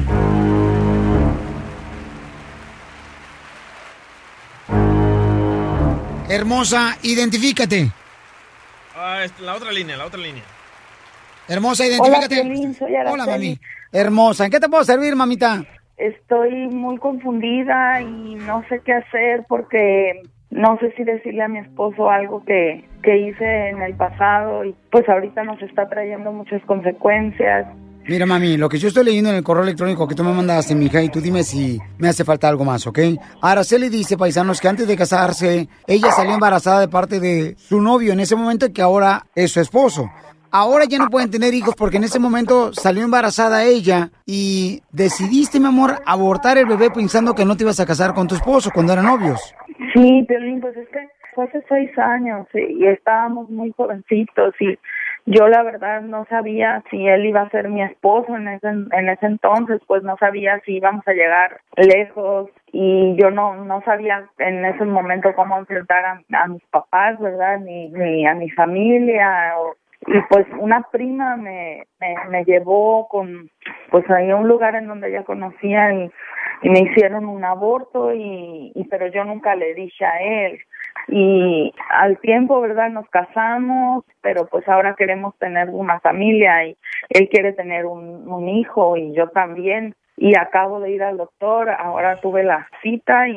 Hermosa, identifícate. Ah, la otra línea, la otra línea. Hermosa, identifícate. Hola, Piolín, soy Araceli. Hola, mami. Hermosa, ¿en qué te puedo servir, mamita? Estoy muy confundida y no sé qué hacer porque no sé si decirle a mi esposo algo que, que hice en el pasado y pues ahorita nos está trayendo muchas consecuencias. Mira, mami, lo que yo estoy leyendo en el correo electrónico que tú me mandaste, mija, y tú dime si me hace falta algo más, ¿ok? Araceli dice, paisanos, que antes de casarse, ella salió embarazada de parte de su novio en ese momento que ahora es su esposo. Ahora ya no pueden tener hijos porque en ese momento salió embarazada ella y decidiste, mi amor, abortar el bebé pensando que no te ibas a casar con tu esposo cuando eran novios. Sí, Piolín, pues es que fue hace seis años y, y estábamos muy jovencitos y yo la verdad no sabía si él iba a ser mi esposo en ese, en ese entonces, pues no sabía si íbamos a llegar lejos y yo no no sabía en ese momento cómo enfrentar a, a mis papás, ¿verdad? Ni, ni a mi familia. O, y pues una prima me, me, me llevó con pues ahí a un lugar en donde ella conocía y, y me hicieron un aborto y, y pero yo nunca le dije a él. Y al tiempo, ¿verdad? Nos casamos, pero pues ahora queremos tener una familia y él quiere tener un, un hijo y yo también. Y acabo de ir al doctor, ahora tuve la cita y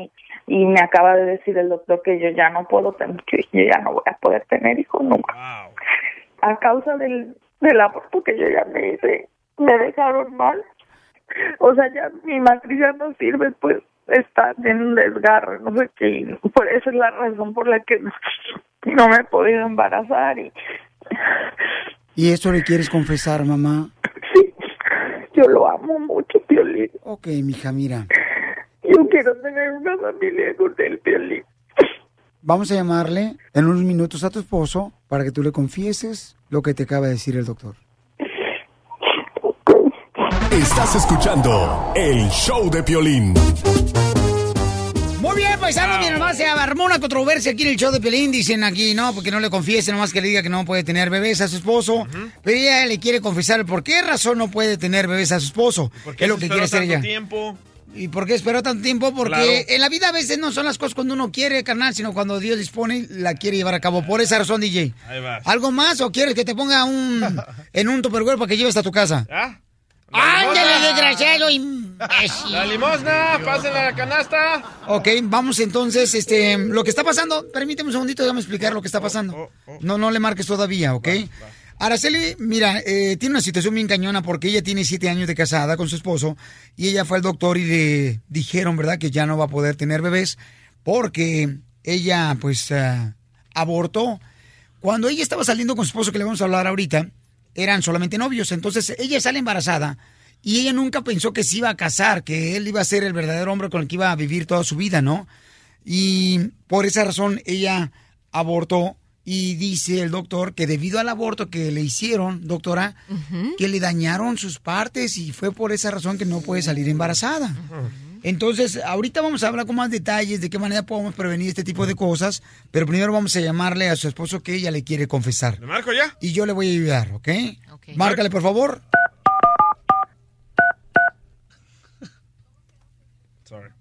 y me acaba de decir el doctor que yo ya no puedo tener, que yo ya no voy a poder tener hijos nunca. Wow. A causa del, del aborto que yo ya me hice, me dejaron mal. O sea, ya mi matriz ya no sirve, pues está en un desgarro, no sé qué. Por eso es la razón por la que no me he podido embarazar. Y, ¿Y eso le quieres confesar, mamá? Sí, yo lo amo mucho, Piolín. Ok, mija, mira. Yo quiero tener una familia con el Piolín. Vamos a llamarle en unos minutos a tu esposo para que tú le confieses lo que te acaba de decir el doctor. Estás escuchando el show de Piolín. Muy bien, paisanos, mi nomás se armó una controversia aquí en el show de Piolín. Dicen aquí, no, porque no le confiese, nomás que le diga que no puede tener bebés a su esposo. Uh-huh. Pero ella le quiere confesar por qué razón no puede tener bebés a su esposo. ¿Por qué es lo que quiere hacer ella. Tiempo? ¿Y por qué esperó tanto tiempo? Porque claro, en la vida a veces no son las cosas cuando uno quiere, carnal, sino cuando Dios dispone, la quiere llevar a cabo. Por esa razón, D J. Ahí vas. ¿Algo más o quieres que te ponga un en un tupperware para que lleves a tu casa? ¿Ah? ¡Ándale, desgraciado, imbécil! La limosna, pásenla a la canasta. Ok, vamos entonces, este, lo que está pasando, permíteme un segundito, déjame explicar lo que está pasando. Oh, oh, oh. No, no le marques todavía, ¿ok? Va, va. Araceli, mira, eh, tiene una situación bien cañona porque ella tiene siete años de casada con su esposo y ella fue al doctor y le dijeron, ¿verdad?, que ya no va a poder tener bebés porque ella, pues, uh, abortó. Cuando ella estaba saliendo con su esposo, que le vamos a hablar ahorita, eran solamente novios. Entonces, ella sale embarazada y ella nunca pensó que se iba a casar, que él iba a ser el verdadero hombre con el que iba a vivir toda su vida, ¿no? Y por esa razón, ella abortó. Y dice el doctor que debido al aborto que le hicieron, doctora, uh-huh, que le dañaron sus partes y fue por esa razón que no puede salir embarazada. Uh-huh. Entonces, ahorita vamos a hablar con más detalles de qué manera podemos prevenir este tipo de cosas, pero primero vamos a llamarle a su esposo que ella le quiere confesar. ¿Le marco ya? Y yo le voy a ayudar, ¿ok? okay. Márcale, por favor. Sorry.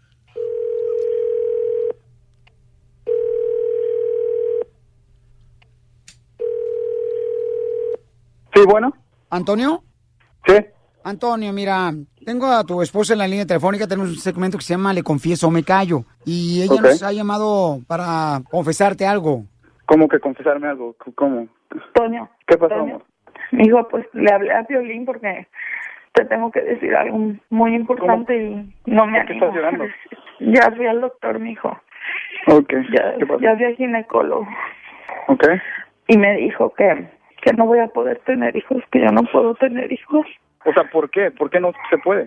Sí, bueno. ¿Antonio? Sí. Antonio, mira, tengo a tu esposa en la línea telefónica, tenemos un segmento que se llama Le Confieso o Me Callo, y ella okay. nos ha llamado para confesarte algo. ¿Cómo que confesarme algo? ¿Cómo? Antonio. ¿Qué pasó, Antonio. amor? Hijo, pues le hablé a Piolín porque te tengo que decir algo muy importante ¿Cómo? y no me animo. ¿Estás llorando? Ya fui al doctor, mijo. Ok. Ya, ¿Qué pasó? ya fui al ginecólogo. Ok. Y me dijo que... que no voy a poder tener hijos, que yo no puedo tener hijos. O sea, ¿por qué? ¿Por qué no se puede?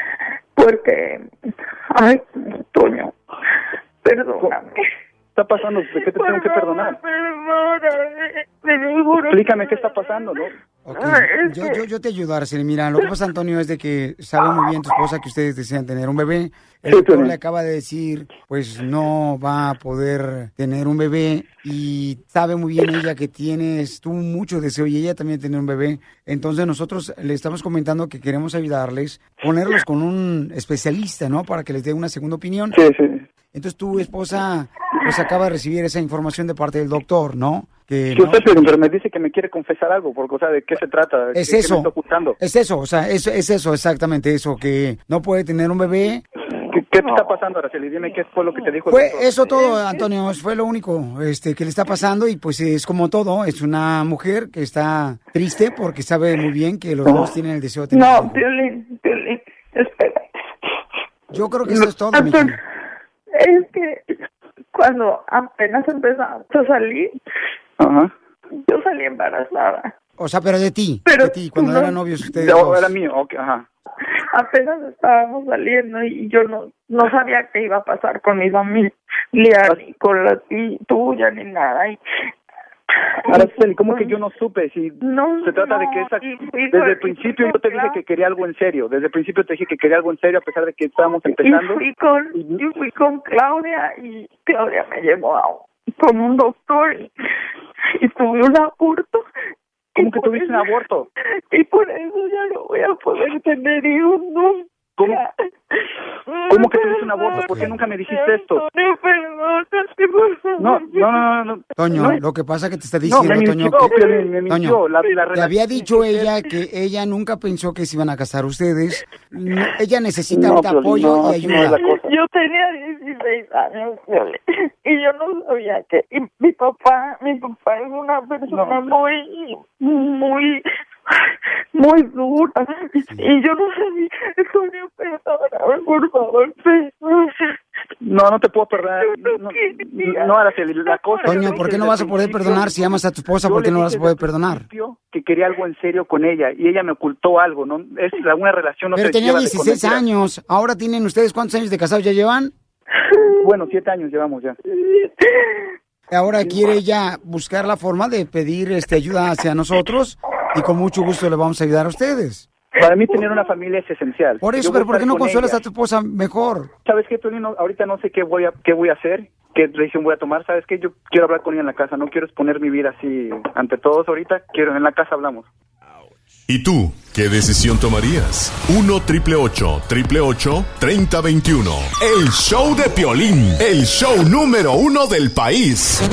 Porque, ay, Toño, perdóname. ¿Qué está pasando? ¿De qué te tengo que perdonar? Perdóname, te lo juro. Explícame qué está pasando, ¿no? Okay. Yo, yo, yo te ayudo, Araceli. Mira, lo que pasa, Antonio, es de que sabe muy bien tu esposa que ustedes desean tener un bebé. El doctor le acaba de decir, pues no va a poder tener un bebé y sabe muy bien ella que tienes tú mucho deseo y ella también tener un bebé. Entonces nosotros le estamos comentando que queremos ayudarles, ponerlos con un especialista, ¿no? Para que les dé una segunda opinión. Sí, sí. Entonces tu esposa pues acaba de recibir esa información de parte del doctor, ¿no? Que, sí, ¿no? usted, pero me dice que me quiere confesar algo, porque, o sea, ¿de qué se trata? Es ¿Qué, eso. ¿Qué me está ocultando? Es eso, o sea, es, es eso, exactamente eso, que no puede tener un bebé. ¿Qué, qué te está pasando, Araceli? Dime qué fue lo que te dijo el Fue doctor. eso todo, Antonio, fue lo único este, que le está pasando y pues es como todo, es una mujer que está triste porque sabe muy bien que los no. dos tienen el deseo de tener un No, Piolín, Piolín, espera. Yo creo que eso no, es todo, Antonio, mija. Es que cuando apenas empezamos a salir, Ajá. yo salí embarazada. O sea, pero de ti, pero de ti, cuando no, eran novios ustedes yo, dos. Era mío, ok, ajá. Apenas estábamos saliendo y yo no no sabía qué iba a pasar con mi familia, ni con la y tuya, ni nada. Y, Araceli, ¿cómo que yo no supe? Si no, se trata no, de que esa, y, y, desde el y, principio y, yo te dije que quería algo en serio. Desde el principio te dije que quería algo en serio a pesar de que estábamos empezando. Y fui con, y fui con Claudia y Claudia me llevó a, con un doctor y, y tuve un aborto. ¿Cómo que tuviste un aborto? Y por eso ya no voy a poder tener hijos nunca. ¿Cómo? ¿Cómo que tuviste un aborto? ¿Por qué nunca me dijiste esto? No, no, no, no. Toño, no. lo que pasa que te está No, diciendo, me mintió, Toño, que, Piolín, me mintió. Toño, La- la te relación había dicho que- ella que ella nunca pensó que se iban a casar ustedes. No, ella necesita No, ahorita Piolín, apoyo no, y así no es ayuda. la cosa. Yo tenía dieciséis años, Piolín, y yo no sabía que... Y mi papá, mi papá es una persona muy, muy... muy dura, y yo no sabía. Antonio, perdóname, por favor, perdóname. No, no te puedo perdonar. No, no, Araceli, la cosa... Toño, ¿por qué no vas a poder perdonar si amas a tu esposa? Yo ¿Por qué le no vas a dije poder desde el perdonar? principio que quería algo en serio con ella y ella me ocultó algo, ¿no? Es una relación no Pero se tenía lleva de dieciséis con mentiras. años. Ahora tienen ustedes, ¿cuántos años de casados ya llevan? Bueno, siete años llevamos ya. Ahora quiere ella buscar la forma de pedir este ayuda hacia nosotros y con mucho gusto le vamos a ayudar a ustedes. Para mí tener una familia es esencial. Por eso, Yo voy pero ¿por qué estar no con consuelas ella. a tu esposa mejor? ¿Sabes qué, Tonino? Ahorita no sé qué voy a qué voy a hacer, qué decisión voy a tomar. ¿Sabes qué? Yo quiero hablar con ella en la casa. No quiero exponer mi vida así ante todos ahorita. Quiero, en la casa hablamos. ¿Y tú, qué decisión tomarías? uno triple ocho triple ocho treinta veintiuno. El show de Piolín, el show número uno del país.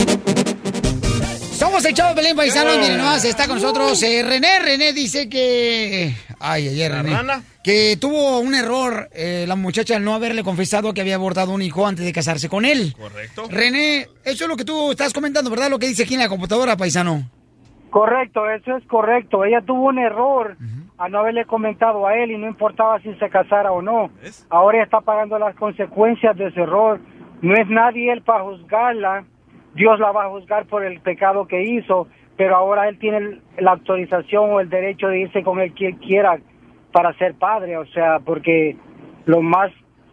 Somos el Chavo Pelín Paisano, miren nomás, está con nosotros eh, René. René dice que... Ay, ayer René. rana? Que tuvo un error eh, la muchacha al no haberle confesado que había abortado un hijo antes de casarse con él. Correcto. René, eso es lo que tú estás comentando, ¿verdad? Lo que dice aquí en la computadora, paisano. Correcto, eso es correcto. Ella tuvo un error a no haberle comentado a él y no importaba si se casara o no. Ahora ella está pagando las consecuencias de ese error. No es nadie él para juzgarla. Dios la va a juzgar por el pecado que hizo, pero ahora él tiene la autorización o el derecho de irse con él quien quiera para ser padre. O sea, porque lo más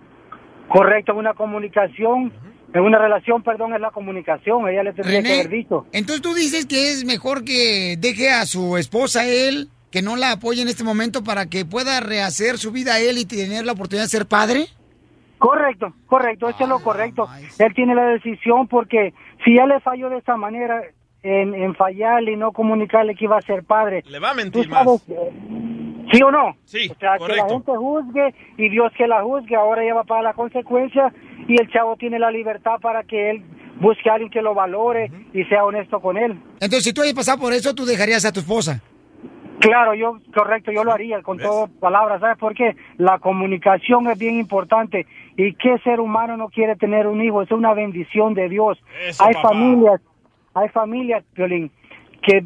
correcto en una comunicación, en una relación, perdón, es la comunicación. Ella le tendría René, que haber dicho. Entonces tú dices que es mejor que deje a su esposa él, que no la apoye en este momento para que pueda rehacer su vida él y tener la oportunidad de ser padre. Correcto, correcto, eso es lo correcto. Él tiene la decisión porque si ya le falló de esa manera en, en fallarle y no comunicarle que iba a ser padre. Le va a ¿tú mentir sabes, más. ¿sí o no? Sí, o sea, correcto. que la gente juzgue y Dios que la juzgue, ahora ella va a pagar la consecuencia y el chavo tiene la libertad para que él busque a alguien que lo valore y sea honesto con él. Entonces, si tú hayas pasado por eso, tú dejarías a tu esposa. Claro, yo, correcto, yo lo haría con todas palabras, ¿sabes por qué? La comunicación es bien importante y qué ser humano no quiere tener un hijo, es una bendición de Dios. Eso, hay papá. familias, hay familias, Piolín, que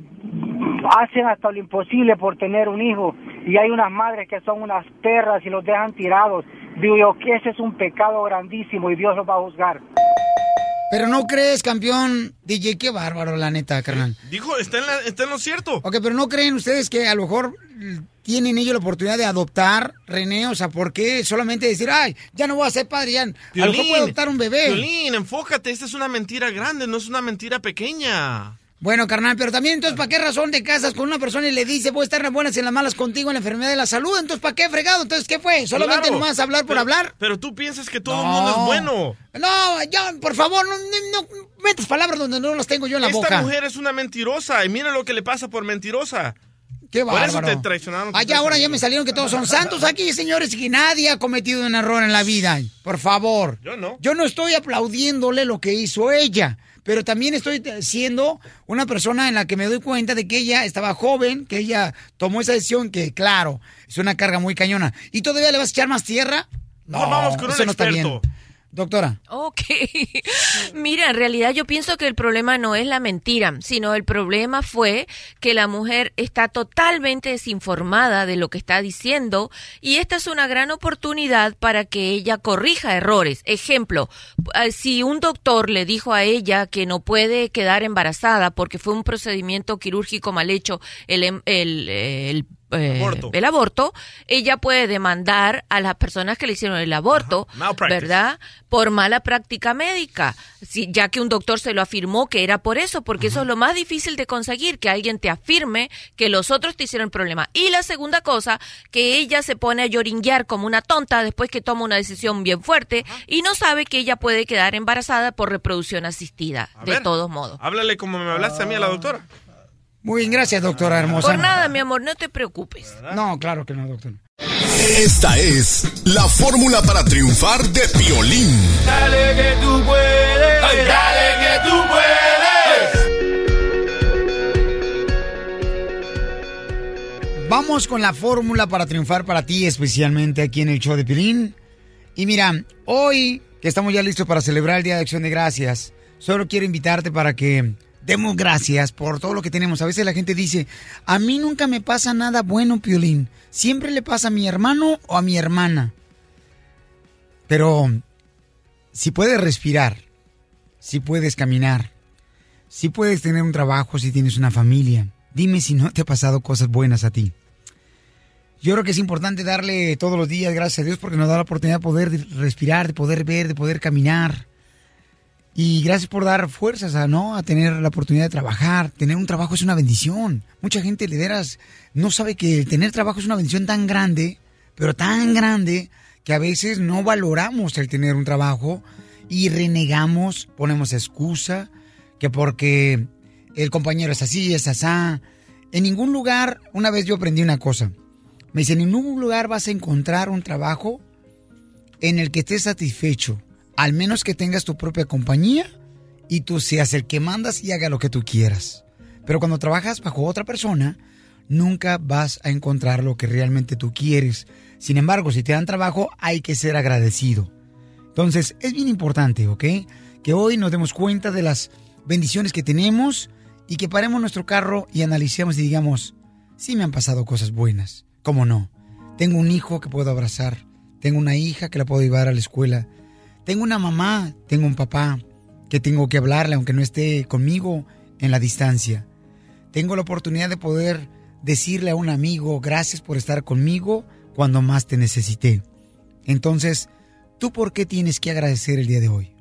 hacen hasta lo imposible por tener un hijo y hay unas madres que son unas perras y los dejan tirados. Digo yo que ese es un pecado grandísimo y Dios los va a juzgar. Pero no crees, campeón, D J, qué bárbaro, la neta, carnal. Dijo, está en, la- está en lo cierto. Ok, pero ¿no creen ustedes que a lo mejor tienen ellos la oportunidad de adoptar, René? O sea, ¿por qué solamente decir, ay, ya no voy a ser padre, ya, a lo mejor puedo adoptar un bebé? Piolín, enfócate, esta es una mentira grande, no es una mentira pequeña. Bueno, carnal, pero también, entonces, ¿para qué razón te casas con una persona y le dice, voy a estar en las buenas y en las malas contigo en la enfermedad de la salud? Entonces, ¿para qué fregado? Entonces, ¿qué fue? ¿Solamente Claro. nomás hablar por Pero- hablar? Pero tú piensas que todo el No. mundo es bueno. No, ya, por favor, no, no, no metas palabras donde no las tengo yo en la Esta boca. mujer es una mentirosa y mira lo que le pasa por mentirosa. Qué Por eso bárbaro. te traicionaron. Ay, ahora ya me salieron que todos son santos aquí, señores, y que nadie ha cometido un error en la vida. Por favor. Yo no. Yo no estoy aplaudiéndole lo que hizo ella, pero también estoy siendo una persona en la que me doy cuenta de que ella estaba joven, que ella tomó esa decisión que, claro, es una carga muy cañona. ¿Y todavía le vas a echar más tierra? No, Mejor vamos con un eso no está experto. bien. Doctora. Ok. Mira, en realidad yo pienso que el problema no es la mentira, sino el problema fue que la mujer está totalmente desinformada de lo que está diciendo y esta es una gran oportunidad para que ella corrija errores. Ejemplo, eh, si un doctor le dijo a ella que no puede quedar embarazada porque fue un procedimiento quirúrgico mal hecho, el, em- el, el Eh, Aborto. el aborto, ella puede demandar a las personas que le hicieron el aborto, Malpractice. ¿verdad? Por mala práctica médica, si, ya que un doctor se lo afirmó que era por eso, porque eso es lo más difícil de conseguir, que alguien te afirme que los otros te hicieron el problema. Y la segunda cosa, que ella se pone a lloringuear como una tonta después que toma una decisión bien fuerte y no sabe que ella puede quedar embarazada por reproducción asistida, A de ver. todos modos. Háblale como me hablaste a mí, a la doctora. Muy bien, gracias, doctora hermosa. Por nada, mi amor, no te preocupes. No, claro que no, doctora. Esta es la fórmula para triunfar de Piolín. Dale que tú puedes, ay, dale que tú puedes. Vamos con la fórmula para triunfar para ti, especialmente aquí en el show de Piolín. Y mira, hoy que estamos ya listos para celebrar el Día de Acción de Gracias, solo quiero invitarte para que demos gracias por todo lo que tenemos. A veces la gente dice, a mí nunca me pasa nada bueno, Piolín. Siempre le pasa a mi hermano o a mi hermana. Pero si puedes respirar, si puedes caminar, si puedes tener un trabajo, si tienes una familia, dime si no te ha pasado cosas buenas a ti. Yo creo que es importante darle todos los días gracias a Dios porque nos da la oportunidad de poder respirar, de poder ver, de poder caminar. Y gracias por dar fuerzas a, ¿no? a tener la oportunidad de trabajar. Tener un trabajo es una bendición. Mucha gente, de veras, no sabe que tener trabajo es una bendición tan grande, pero tan grande, que a veces no valoramos el tener un trabajo y renegamos, ponemos excusa, que porque el compañero es así, es asá. En ningún lugar, una vez yo aprendí una cosa. Me dice, en ningún lugar vas a encontrar un trabajo en el que estés satisfecho. Al menos que tengas tu propia compañía y tú seas el que mandas y haga lo que tú quieras. Pero cuando trabajas bajo otra persona, nunca vas a encontrar lo que realmente tú quieres. Sin embargo, si te dan trabajo, hay que ser agradecido. Entonces, es bien importante, ¿ok? Que hoy nos demos cuenta de las bendiciones que tenemos y que paremos nuestro carro y analicemos y digamos, sí me han pasado cosas buenas. ¿Cómo no? Tengo un hijo que puedo abrazar. Tengo una hija que la puedo llevar a la escuela. Tengo una mamá, tengo un papá que tengo que hablarle aunque no esté conmigo en la distancia. Tengo la oportunidad de poder decirle a un amigo, gracias por estar conmigo cuando más te necesité. Entonces, ¿tú por qué tienes que agradecer el día de hoy?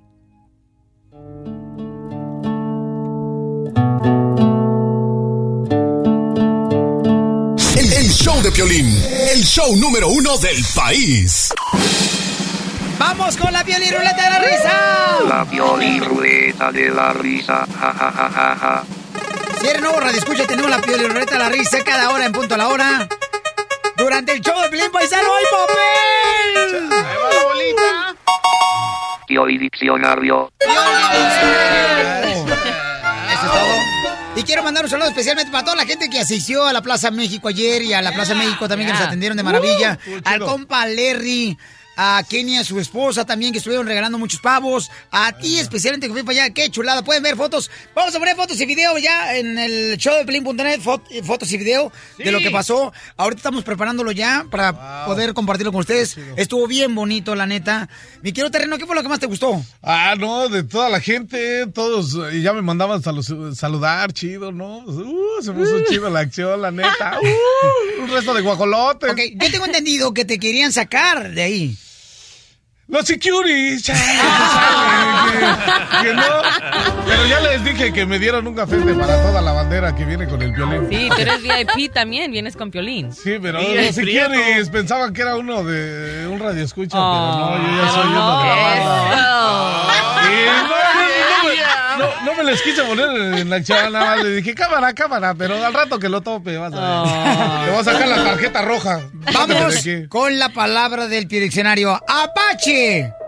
El, el show de Piolín, el show número uno del país. ¡Vamos con la Piolín Ruleta de la Risa! La Piolín Ruleta de la Risa, ja, ja, ja, ja, ja. Si eres nuevo radio escucha, tenemos la Piolín Ruleta de la Risa cada hora en punto a la hora. Durante el show de Piolín Paisano, ¡hay papel! ¡Ahí va la bolita! Piolín Diccionario. Eso es todo. Y quiero mandar un saludo especialmente para toda la gente que asistió a la Plaza México ayer y a la Plaza México también, que nos atendieron de maravilla. Uh, Al compa Larry, a Kenia, su esposa también, que estuvieron regalando muchos pavos. A ti especialmente que fui para allá, qué chulada. Pueden ver fotos. Vamos a poner fotos y video ya en el show de Piolín punto net, fot fotos y video sí. de lo que pasó. Ahorita estamos preparándolo ya para wow. poder compartirlo con ustedes. Estuvo bien bonito, la neta. Mi querido Terreno, ¿qué fue lo que más te gustó? Ah, no, de toda la gente, todos, y ya me mandaban salu saludar, chido, ¿no? Uh, se puso chido la acción, la neta. Uh, un resto de guajolotes. Ok, yo tengo entendido que te querían sacar de ahí. Los securities, chale, que, que no. Pero ya les dije que me dieron un café para toda la bandera que viene con el Piolín. Sí, tú eres V I P también, vienes con Piolín. Sí, pero sí, los securities pensaban que era uno de un radio escucha, oh, pero no, yo ya soy no, uno de la banda. Y no, no, no, no, no me les quise poner en la acción, nada más le dije, cámara, cámara, pero al rato que lo tope, vas a ver. Oh. Te voy a sacar la tarjeta roja. Vamos con la palabra del diccionario. ¡Apache!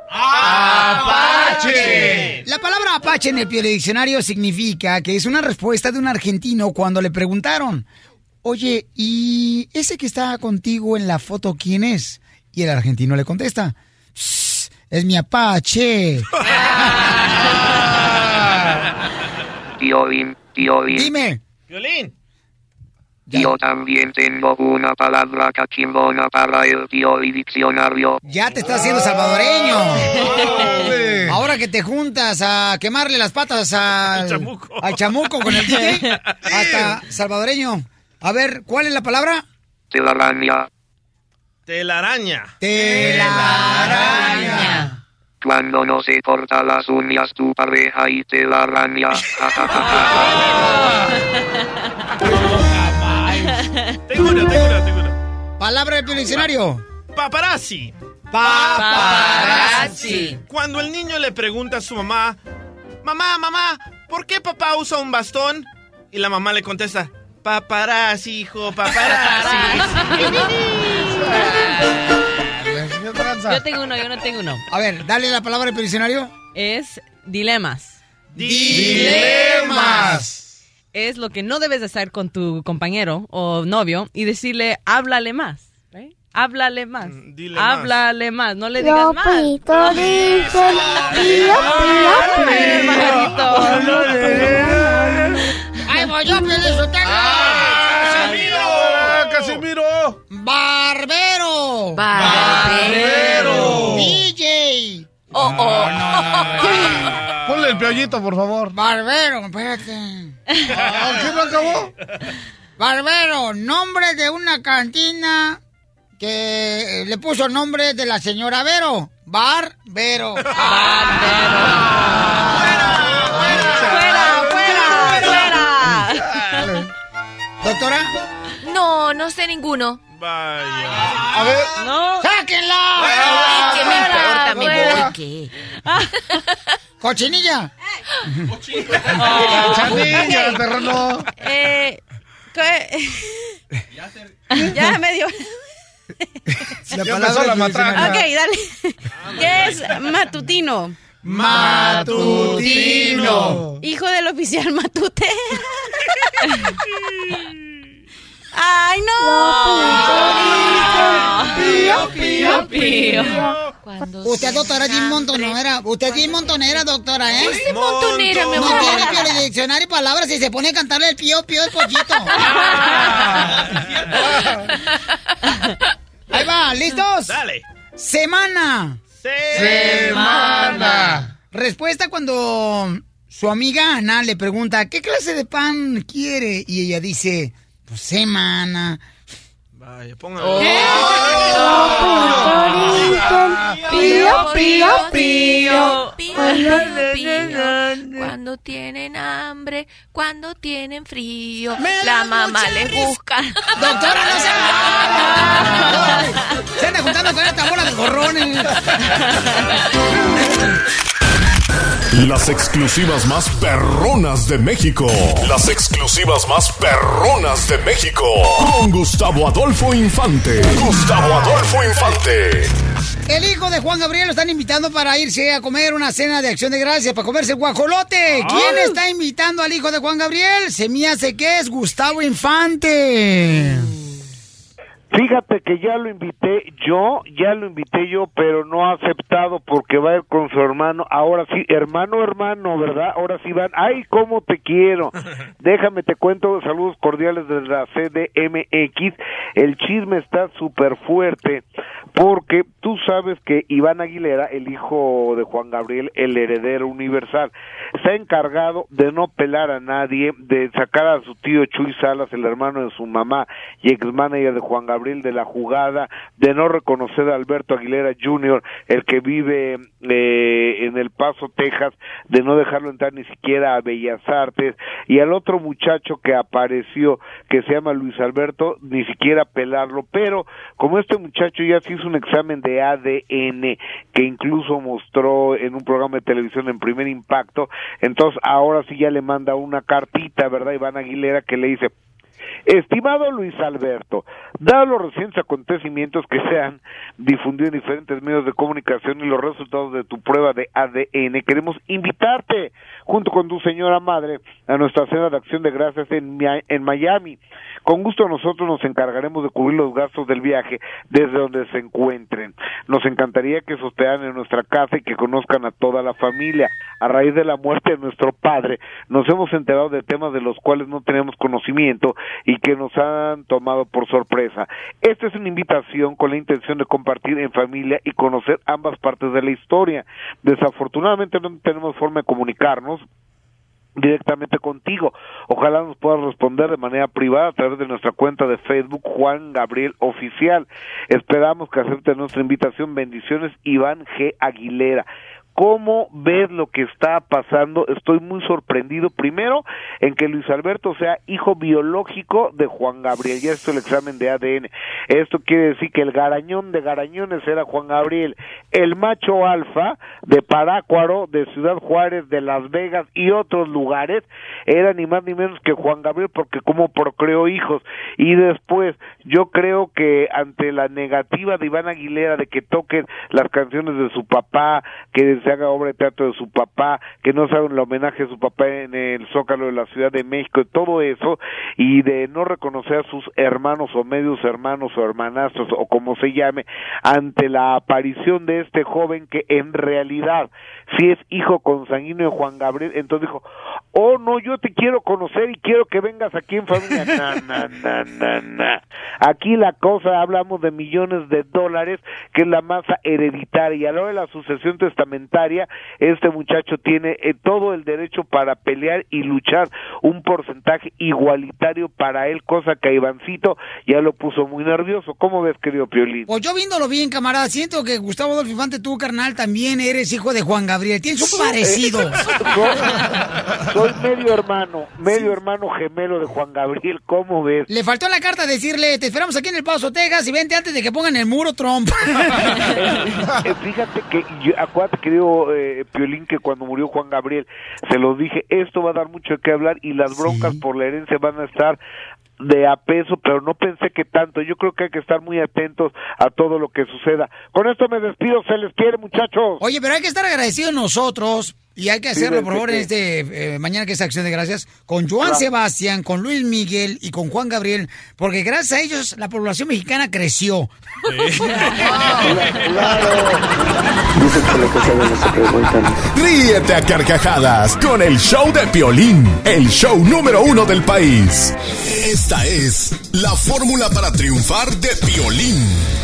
¡Apache! La palabra apache en el diccionario significa que es una respuesta de un argentino cuando le preguntaron, oye, ¿y ese que está contigo en la foto quién es? Y el argentino le contesta, es mi apache. Piolín, Piolín. Dime. Piolín. Yo también tengo una palabra cachimbona para el Piolín Diccionario. Ya te estás haciendo salvadoreño. Oh, ahora que te juntas a quemarle las patas al chamuco, al chamuco con el D J, hasta salvadoreño. A ver, ¿cuál es la palabra? Telaraña. Telaraña. Telaraña. Cuando no se corta las uñas tu pareja y telaraña. Tengo una, tengo una, tengo una. Palabra del diccionario. Paparazzi. Paparazzi. Cuando el niño le pregunta a su mamá, mamá, mamá, ¿por qué papá usa un bastón? Y la mamá le contesta, Paparazzi, hijo, paparazzi. Yo tengo uno, yo no tengo uno. A ver, dale la palabra al diccionario. Es dilemas. Dilemas. Es lo que no debes de hacer con tu compañero o novio y decirle, háblale más. ¿right? Háblale más. Dile háblale más. más. No le digas Los más. pitos dicen pío, pío, ¡Ay, voy yo, Pelizotelo! ¡Casimiro! ¡Casimiro! ¡Barbero! ¡Barbero! D J. Oh, oh. Ponle el piollito, por favor. Barbero, espérate. Ah, ¿qué me acabó? Barbero, nombre de una cantina que le puso el nombre de la señora Vero. Barbero. Barbero. ¡Fuera, fuera, fuera! ¿Doctora? No, no sé ninguno. Vaya. A ver. No. ¡Sáquenla! Ay, ¿qué me importa? Me fuera. voy, ¿qué? ¡Cochinilla! Chanilla, el perro no. Eh, ¿qué? ya me dio. La Ya palabra empezó la del matraca. Ok, dale. ¿Qué es matutino? Matutino. Hijo del oficial Matute. ¡Ay, no! Pío, pío, pío. Usted, doctora, Jim Montonera. Usted es Jim Montonera, doctora, ¿eh? Es montonera, mi No amor. tiene que el diccionario de palabras y se pone a cantarle el pío, pío, el pollito. Ahí va, ¿listos? Dale. Semana. Semana. Respuesta cuando su amiga Ana le pregunta, ¿qué clase de pan quiere? Y ella dice, pues semana. Vaya, póngalo. Pío, pío, Pío, pío, pío. Cuando tienen hambre, cuando tienen frío, la mamá les busca. Doctora, no se Se anda juntando con esta bola de gorrones. Las exclusivas más perronas de México. Las exclusivas más perronas de México. Con Gustavo Adolfo Infante. Gustavo Adolfo Infante. El hijo de Juan Gabriel lo están invitando para irse a comer una cena de acción de gracias, para comerse guajolote. ¿Quién está invitando al hijo de Juan Gabriel? Se me hace que es Gustavo Infante. Fíjate que ya lo invité yo, ya lo invité yo, pero no ha aceptado porque va a ir con su hermano. Ahora sí, hermano, hermano, ¿verdad? Ahora sí van. ¡Ay, cómo te quiero! Déjame te cuento, saludos cordiales desde la C D M X. El chisme está súper fuerte porque tú sabes que Iván Aguilera, el hijo de Juan Gabriel, el heredero universal, está encargado de no pelar a nadie, de sacar a su tío Chuy Salas, el hermano de su mamá y ex-manager de Juan Gabriel, de la jugada, de no reconocer a Alberto Aguilera junior, el que vive eh, en El Paso, Texas, de no dejarlo entrar ni siquiera a Bellas Artes, y al otro muchacho que apareció, que se llama Luis Alberto, ni siquiera pelarlo, pero como este muchacho ya se hizo un examen de A D N, que incluso mostró en un programa de televisión en Primer Impacto, entonces ahora sí ya le manda una cartita, ¿verdad? Iván Aguilera, que le dice: estimado Luis Alberto, dados los recientes acontecimientos que se han difundido en diferentes medios de comunicación y los resultados de tu prueba de A D N, queremos invitarte, junto con tu señora madre, a nuestra cena de acción de gracias en, en Miami. Con gusto nosotros nos encargaremos de cubrir los gastos del viaje desde donde se encuentren. Nos encantaría que se hospedaran en nuestra casa y que conozcan a toda la familia. A raíz de la muerte de nuestro padre, nos hemos enterado de temas de los cuales no tenemos conocimiento y que nos han tomado por sorpresa. Esta es una invitación con la intención de compartir en familia y conocer ambas partes de la historia. Desafortunadamente no tenemos forma de comunicarnos directamente contigo. Ojalá nos puedas responder de manera privada a través de nuestra cuenta de Facebook Juan Gabriel Oficial. Esperamos que acepte nuestra invitación. Bendiciones, Iván G. Aguilera. ¿Cómo ves lo que está pasando? Estoy muy sorprendido, primero, en que Luis Alberto sea hijo biológico de Juan Gabriel. Ya esto el examen de A D N. Esto quiere decir que el garañón de garañones era Juan Gabriel. El macho alfa de Parácuaro, de Ciudad Juárez, de Las Vegas y otros lugares, era ni más ni menos que Juan Gabriel, porque como procreó hijos. Y después, yo creo que ante la negativa de Iván Aguilera de que toquen las canciones de su papá, que se haga obra de teatro de su papá, que no se haga el homenaje a su papá en el Zócalo de la Ciudad de México, todo eso, y de no reconocer a sus hermanos o medios hermanos o hermanastros o como se llame, ante la aparición de este joven que en realidad si es hijo consanguíneo de Juan Gabriel, entonces dijo, oh no, yo te quiero conocer y quiero que vengas aquí en familia. Na, na, na, na, na. Aquí la cosa, hablamos de millones de dólares, que es la masa hereditaria, y a la hora de la sucesión testamentaria, este muchacho tiene eh, todo el derecho para pelear y luchar un porcentaje igualitario para él, cosa que a Ivancito ya lo puso muy nervioso. ¿Cómo ves, querido Piolín? Pues yo viéndolo bien, camarada, siento que Gustavo Adolfo Infante, tú, carnal, también eres hijo de Juan Gabriel. Tienes un parecido. soy, soy medio hermano, medio hermano gemelo de Juan Gabriel. ¿Cómo ves? Le faltó la carta decirle, te esperamos aquí en El Paso, Texas, y vente antes de que pongan el muro Trump. eh, fíjate que, yo, acuérdate, querido eh, Piolín, que cuando murió Juan Gabriel, se los dije, esto va a dar mucho de qué hablar y las broncas sí. por la herencia van a estar de a peso, pero no pensé que tanto. Yo creo que hay que estar muy atentos a todo lo que suceda. Con esto me despido, se les quiere, muchachos. Oye, pero hay que estar agradecidos nosotros, y hay que hacerlo, sí, por favor, en este eh, mañana que es Acción de Gracias, con Joan claro. Sebastián, con Luis Miguel y con Juan Gabriel, porque gracias a ellos la población mexicana creció. Sí. Ríete a carcajadas con el show de Piolín, el show número uno del país. Esta es la fórmula para triunfar de Piolín.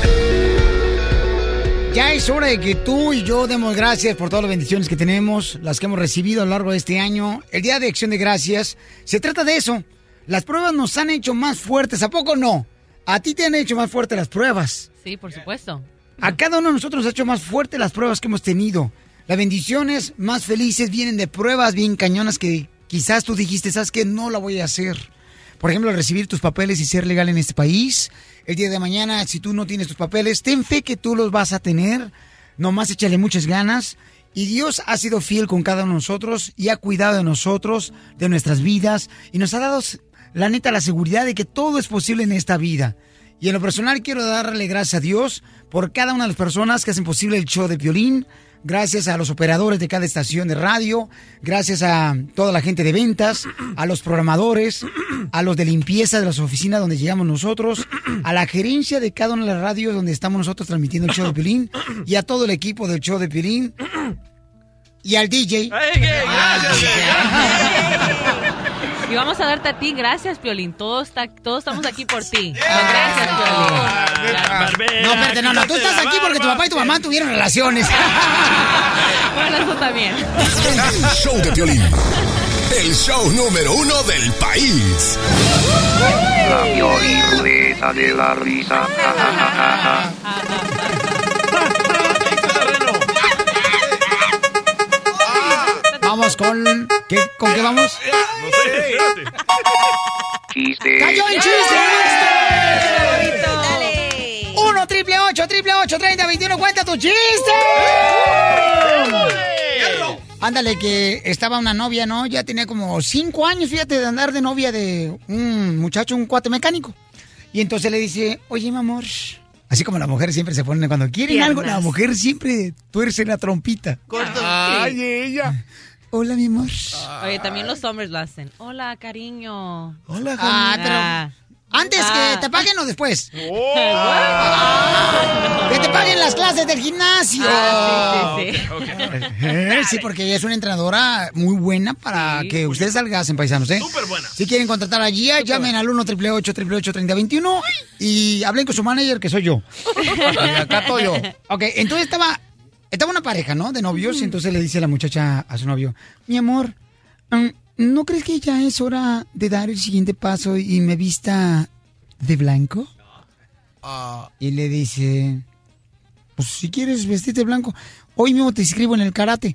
Ya es hora de que tú y yo demos gracias por todas las bendiciones que tenemos, las que hemos recibido a lo largo de este año. El Día de Acción de Gracias se trata de eso. Las pruebas nos han hecho más fuertes, ¿a poco no? A ti te han hecho más fuertes las pruebas. Sí, por supuesto. A cada uno de nosotros nos ha hecho más fuertes las pruebas que hemos tenido. Las bendiciones más felices vienen de pruebas bien cañonas que quizás tú dijiste, ¿sabes qué? No la voy a hacer. Por ejemplo, recibir tus papeles y ser legal en este país. El día de mañana, si tú no tienes tus papeles, ten fe que tú los vas a tener. Nomás échale muchas ganas. Y Dios ha sido fiel con cada uno de nosotros y ha cuidado de nosotros, de nuestras vidas. Y nos ha dado, la neta, la seguridad de que todo es posible en esta vida. Y en lo personal quiero darle gracias a Dios por cada una de las personas que hacen posible el show de Piolín. Gracias a los operadores de cada estación de radio, gracias a toda la gente de ventas, a los programadores, a los de limpieza de las oficinas donde llegamos nosotros, a la gerencia de cada una de las radios donde estamos nosotros transmitiendo el show de Piolín, y a todo el equipo del show de Piolín, y al D J. Ay, qué gracias. Y vamos a darte a ti gracias, Piolín. Todos, está, todos estamos aquí por ti. Gracias, Piolín. No, espérate, no, no. Tú estás aquí porque tu papá y tu mamá tuvieron relaciones. Bueno, eso también. El show de Piolín. El show número uno del país. La Piolín ruleta de la risa. Vamos con... ¿Qué, ¿Con qué vamos? No sé, espérate. Chiste. ¡Cayó en chiste! ¡Dale! Uno, triple ocho, triple ocho, treinta, veintiuno, cuenta tu chiste. Ándale, que estaba una novia, ¿no? Ya tenía como cinco años, fíjate, de andar de novia de un muchacho, un cuate mecánico. Y entonces le dice, oye, mi amor... Así como las mujeres siempre se ponen cuando quieren Piernas. algo, la mujer siempre tuerce la trompita. Corto. Ay, ella. Hola, mi amor. Oye, también los hombres lo hacen. Hola, cariño. Hola, cariño. Ah, pero Ah. antes Ah. que te paguen o después. Oh. Ah, que te paguen las clases del gimnasio. Ah, sí, sí, sí. Okay, okay. Eh, sí, porque ella es una entrenadora muy buena para Sí, que muy ustedes salgan paisanos, ¿eh? Súper buena. Si quieren contratar a Gia, llamen al uno, triple ocho, triple ocho, treinta, veintiuno y hablen con su manager, que soy yo. Y acá estoy yo. Ok, entonces estaba, estaba una pareja, ¿no? De novios, y entonces le dice la muchacha a su novio, mi amor, um, ¿no crees que ya es hora de dar el siguiente paso y me vista de blanco? Y le dice, pues si quieres vestirte blanco, hoy mismo te inscribo en el karate.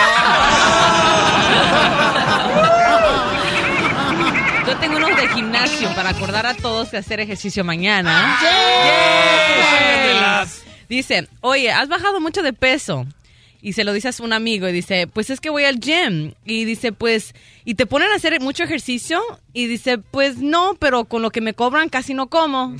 Yo tengo unos de gimnasio para acordar a todos de hacer ejercicio mañana. Yeah. Dice, oye, has bajado mucho de peso. Y se lo dice a un amigo y dice, pues es que voy al gym. Y dice, pues, ¿y te ponen a hacer mucho ejercicio? Y dice, pues no, pero con lo que me cobran casi no como.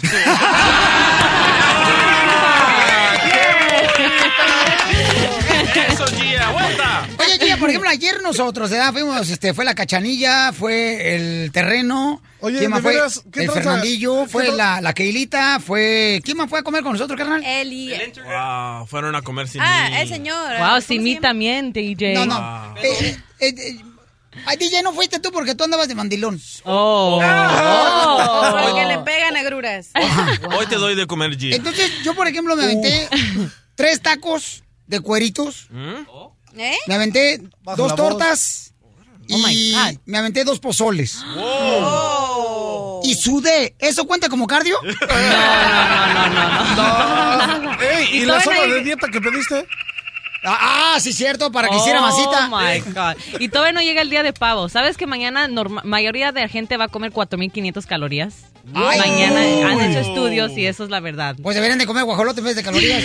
Eso, Gia, vuelta. Oye, Gia, por ejemplo, ayer nosotros, ¿verdad? Fuimos, este, fue la Cachanilla, fue el Terreno. Oye, ¿quién más ¿de fue? veras? ¿Qué El tranza? Fernandillo, ¿Qué fue tranza? la, la Keilita, fue... ¿Quién más fue a comer con nosotros, carnal? Eli. Wow, fueron a comer sin Ah, mí. el señor. Wow, sin mí también, D J. No, no. Wow. Eh, eh, eh, ay, D J, no fuiste tú porque tú andabas de mandilón. Oh. Oh. Porque le pegan agruras. Hoy te doy de comer, Gia. Entonces, yo, por ejemplo, me aventé tres tacos de cueritos. ¿Mm? ¿Eh? Me aventé Bajo dos la voz. tortas. Oh, my Y God. me aventé dos pozoles. Oh. Y sudé. ¿Eso cuenta como cardio? No, no, no, no, no. Ey, ¿y, Y la todavía sopa no hay- de dieta que pediste? Ah, sí, cierto, para que hiciera masita. Oh my God. Y todavía no llega el día de pavo. ¿Sabes que mañana norma- mayoría de la gente va a comer cuatro mil quinientas calorías? Ay. Mañana han hecho estudios y eso es la verdad. Pues deberían de comer guajolote en vez de calorías.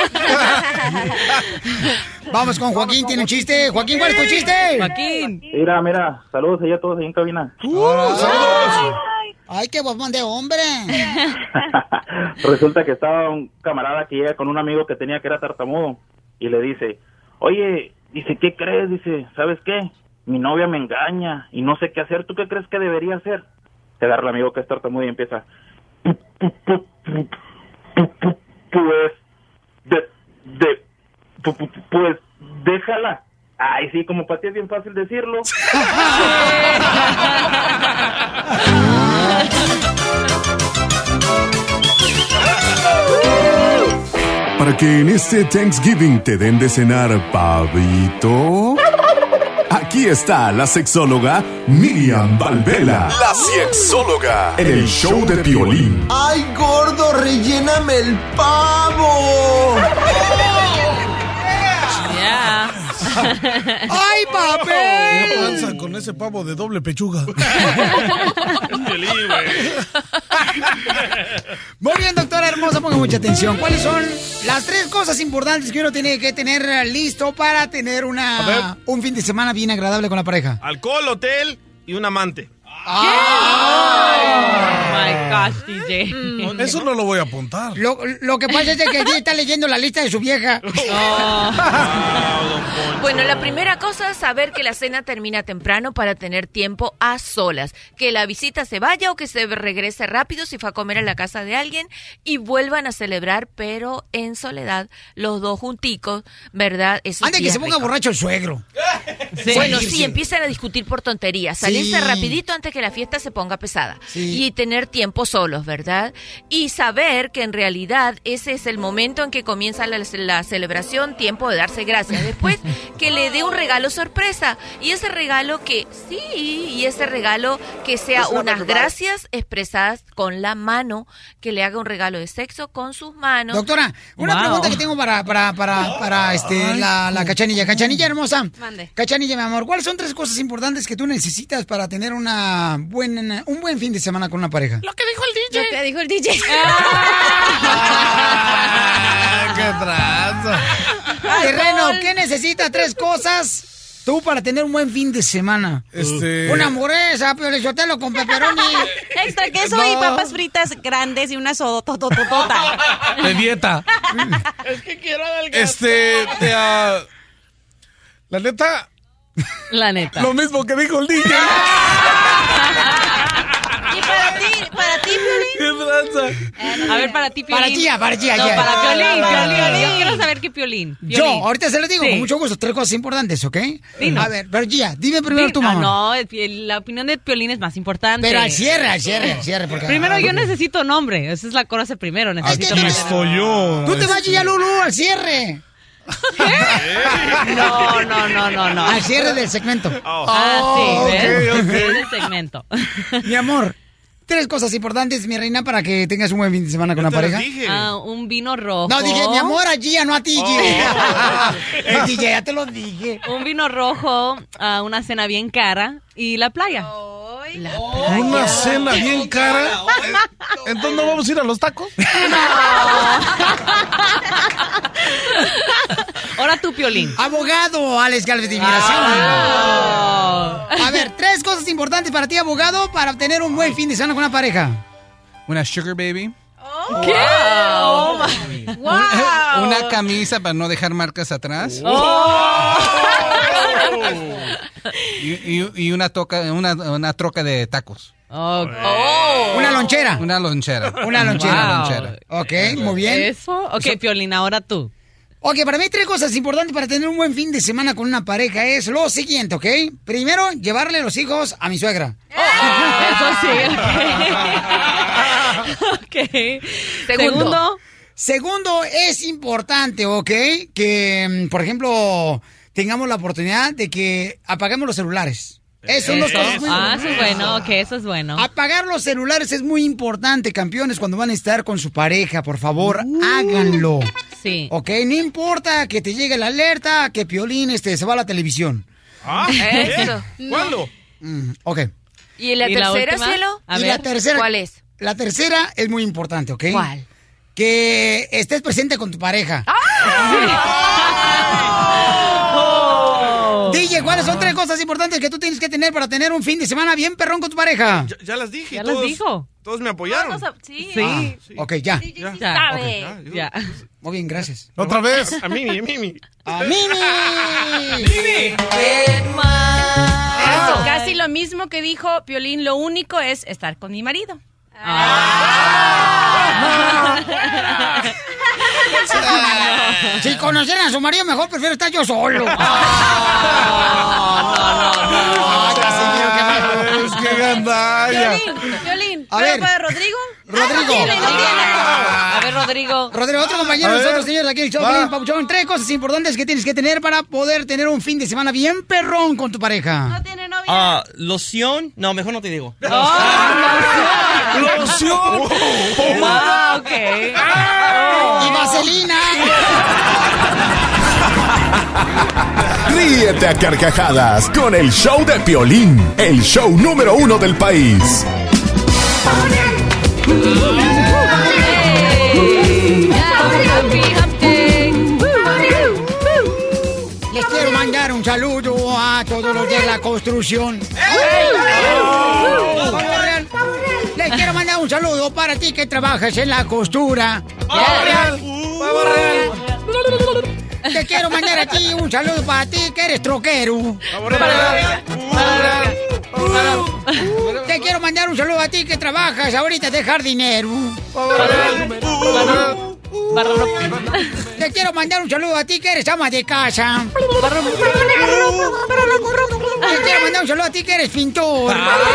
Vamos con Joaquín, tiene un chiste. Joaquín, ¿cuál es tu chiste? Joaquín. Mira, mira, saludos allá a todos ahí en cabina. Uh, saludos. Ay, qué bobón de hombre. Resulta que estaba un camarada que llega con un amigo que tenía que era tartamudo y le dice, oye, dice, ¿qué crees? Dice, ¿sabes qué? Mi novia me engaña y no sé qué hacer. ¿Tú qué crees que debería hacer? Se agarra el amigo que es tartamudo y empieza, pues, de, de, pu- pu- pues, déjala. Ay, sí, como para ti es bien fácil decirlo. Para que en este Thanksgiving te den de cenar pavito. Aquí está la sexóloga Miriam Valvela. La sexóloga. En el show de Piolín. ¡Ay, gordo, relléname el pavo! Yeah. ¡Ay, ¿Qué papel! panza con ese pavo de doble pechuga? Muy bien, doctora hermosa, ponga mucha atención. ¿Cuáles son las tres cosas importantes que uno tiene que tener listo para tener una un fin de semana bien agradable con la pareja? Alcohol, hotel y un amante. Oh my gosh, D J. Eso no lo voy a apuntar. Lo, lo que pasa es de que el día está leyendo la lista de su vieja. Oh. Bueno, la primera cosa es saber que la cena termina temprano para tener tiempo a solas. Que la visita se vaya o que se regrese rápido si fue a comer a la casa de alguien y vuelvan a celebrar, pero en soledad, los dos junticos, ¿verdad? Esos Antes que días se ponga ricos. borracho el suegro. Sí. Bueno, Sí. sí, empiezan a discutir por tonterías. Salirse Sí. rapidito antes que la fiesta se ponga pesada. Sí. Y tener tiempo solos, ¿verdad? Y saber que en realidad ese es el momento en que comienza la, la celebración, tiempo de darse gracias. Después que le dé un regalo sorpresa. Y ese regalo que, sí, y ese regalo que sea unas gracias expresadas con la mano, que le haga un regalo de sexo con sus manos. Doctora, una Wow. pregunta que tengo para, para, para, para este, la, la Cachanilla. Cachanilla hermosa. Mande. Cachanilla, mi amor, ¿cuáles son tres cosas importantes que tú necesitas para tener una buena, un buen fin de semana con una pareja? Lo que dijo el D J. Lo que dijo el D J. ¡Qué tranza! Terreno, ¿qué necesitas? Tres cosas tú para tener un buen fin de semana. Este... Una hamburguesa, piolichotelo con pepperoni. Extra queso y papas fritas grandes y una sodotototota. De dieta. Es que quiero adelgazar. Este... de, ah, la neta... La neta. Lo mismo que dijo el D J. ¿Y para ti, para ti, Piolín? ¡Qué tranza! A ver, para ti, Piolín. Para Gia, para Gia, No, Gia. para Piolín, Para Piolín. Piolín. Yo quiero saber qué Piolín. Yo, Piolín. ahorita se lo digo Sí. con mucho gusto. Tres cosas importantes, ¿ok? Dinos. A ver, pero Gia, dime primero Di- tu ah, mamá. no, el- la opinión de Piolín es más importante. Pero al cierre, al cierre, al cierre. Porque, Primero yo necesito nombre. Esa es la cosa primero. Necesito Aquí nombre. Estoy yo. Tú te vas, Gia Lulu, al cierre. No, no, no, no, no. Al cierre del segmento. Ah, sí, ¿ves? ok, ok. Es el segmento. Mi amor, tres cosas importantes, mi reina, para que tengas un buen fin de semana con la pareja. Ah, un vino rojo. No, dije mi amor a Gia, no a ti, Gia. Oh. Eh, D J, ya te lo dije. Un vino rojo, ah, una cena bien cara y la playa. La playa. Una cena bien cara. Entonces no vamos a ir a los tacos. Ahora tú, Piolín. Abogado, Alex Galvez de Inmigración. Ah. A ver, tres cosas importantes para ti, abogado, para obtener un buen fin de semana con una pareja. Una sugar baby. ¿Qué? Oh, my. Un- Una camisa para no dejar marcas atrás. Oh. Y, y- y una, toca, una, una troca de tacos. Oh. Una lonchera. Una lonchera. Una lonchera. Una Wow. lonchera. Ok, muy bien. ¿Eso? Ok, Piolín, ahora tú. Ok, para mí tres cosas importantes para tener un buen fin de semana con una pareja es lo siguiente, ¿ok? Primero, llevarle los hijos a mi suegra. Eso sí, ok. Ok. Segundo. Segundo, es importante, ¿ok? Que, mm, por ejemplo, tengamos la oportunidad de que apaguemos los celulares. Eso son dos cosas muy Ah, eso es bueno, ok, eso es bueno. Apagar los celulares es muy importante, campeones, cuando van a estar con su pareja, por favor, háganlo. Sí. Ok, no importa que te llegue la alerta, que Piolín este, se va a la televisión. Ah, Eso. ¿qué? ¿Cuándo? Mm, ok. ¿Y la ¿Y la tercera, última? cielo? A y ver. la tercera, ¿Cuál es? La tercera es muy importante, ¿ok? ¿Cuál? Que estés presente con tu pareja. Oh. D J, ¿cuáles son tres cosas importantes que tú tienes que tener para tener un fin de semana bien perrón con tu pareja? Ya, ya las dije. Ya todos, las dijo. Todos me apoyaron. Sí. Sí. Ah, ok, ya. Ya. Ya. Sabe. Ya, yo- Ya. Muy bien, gracias. Otra vez. A Mimi, a Mimi. ¡A Mimi! Casi, casi lo mismo que dijo Piolín, lo único es estar con mi marido. Si conocieran a su marido, mejor prefiero estar yo solo. Es que gandalla. Piolín, Piolín, A ¿pero ver. para Rodrigo? Rodrigo. Ah, no tiene, no tiene. A ver, Rodrigo. Rodrigo, otro compañero A de ver. nosotros, señores, aquí en el show, Va. Piolín, Papuchón. Tres cosas importantes que tienes que tener para poder tener un fin de semana bien perrón con tu pareja. No tiene novia. Ah, loción. No, mejor no te digo. ¡Loción! Ah, ok. Y vaselina. Ríete a carcajadas con el show de Piolín, el show número uno del país. Les quiero mandar un saludo a todos los de la construcción. Pavo Real. Les quiero mandar un saludo para ti que trabajas en la costura. Te quiero mandar a ti un saludo para ti que eres troquero. Te quiero mandar un saludo a ti que trabajas ahorita de jardinero. Te quiero mandar un saludo a ti que eres ama de casa. Te quiero mandar un saludo a ti que eres pintor.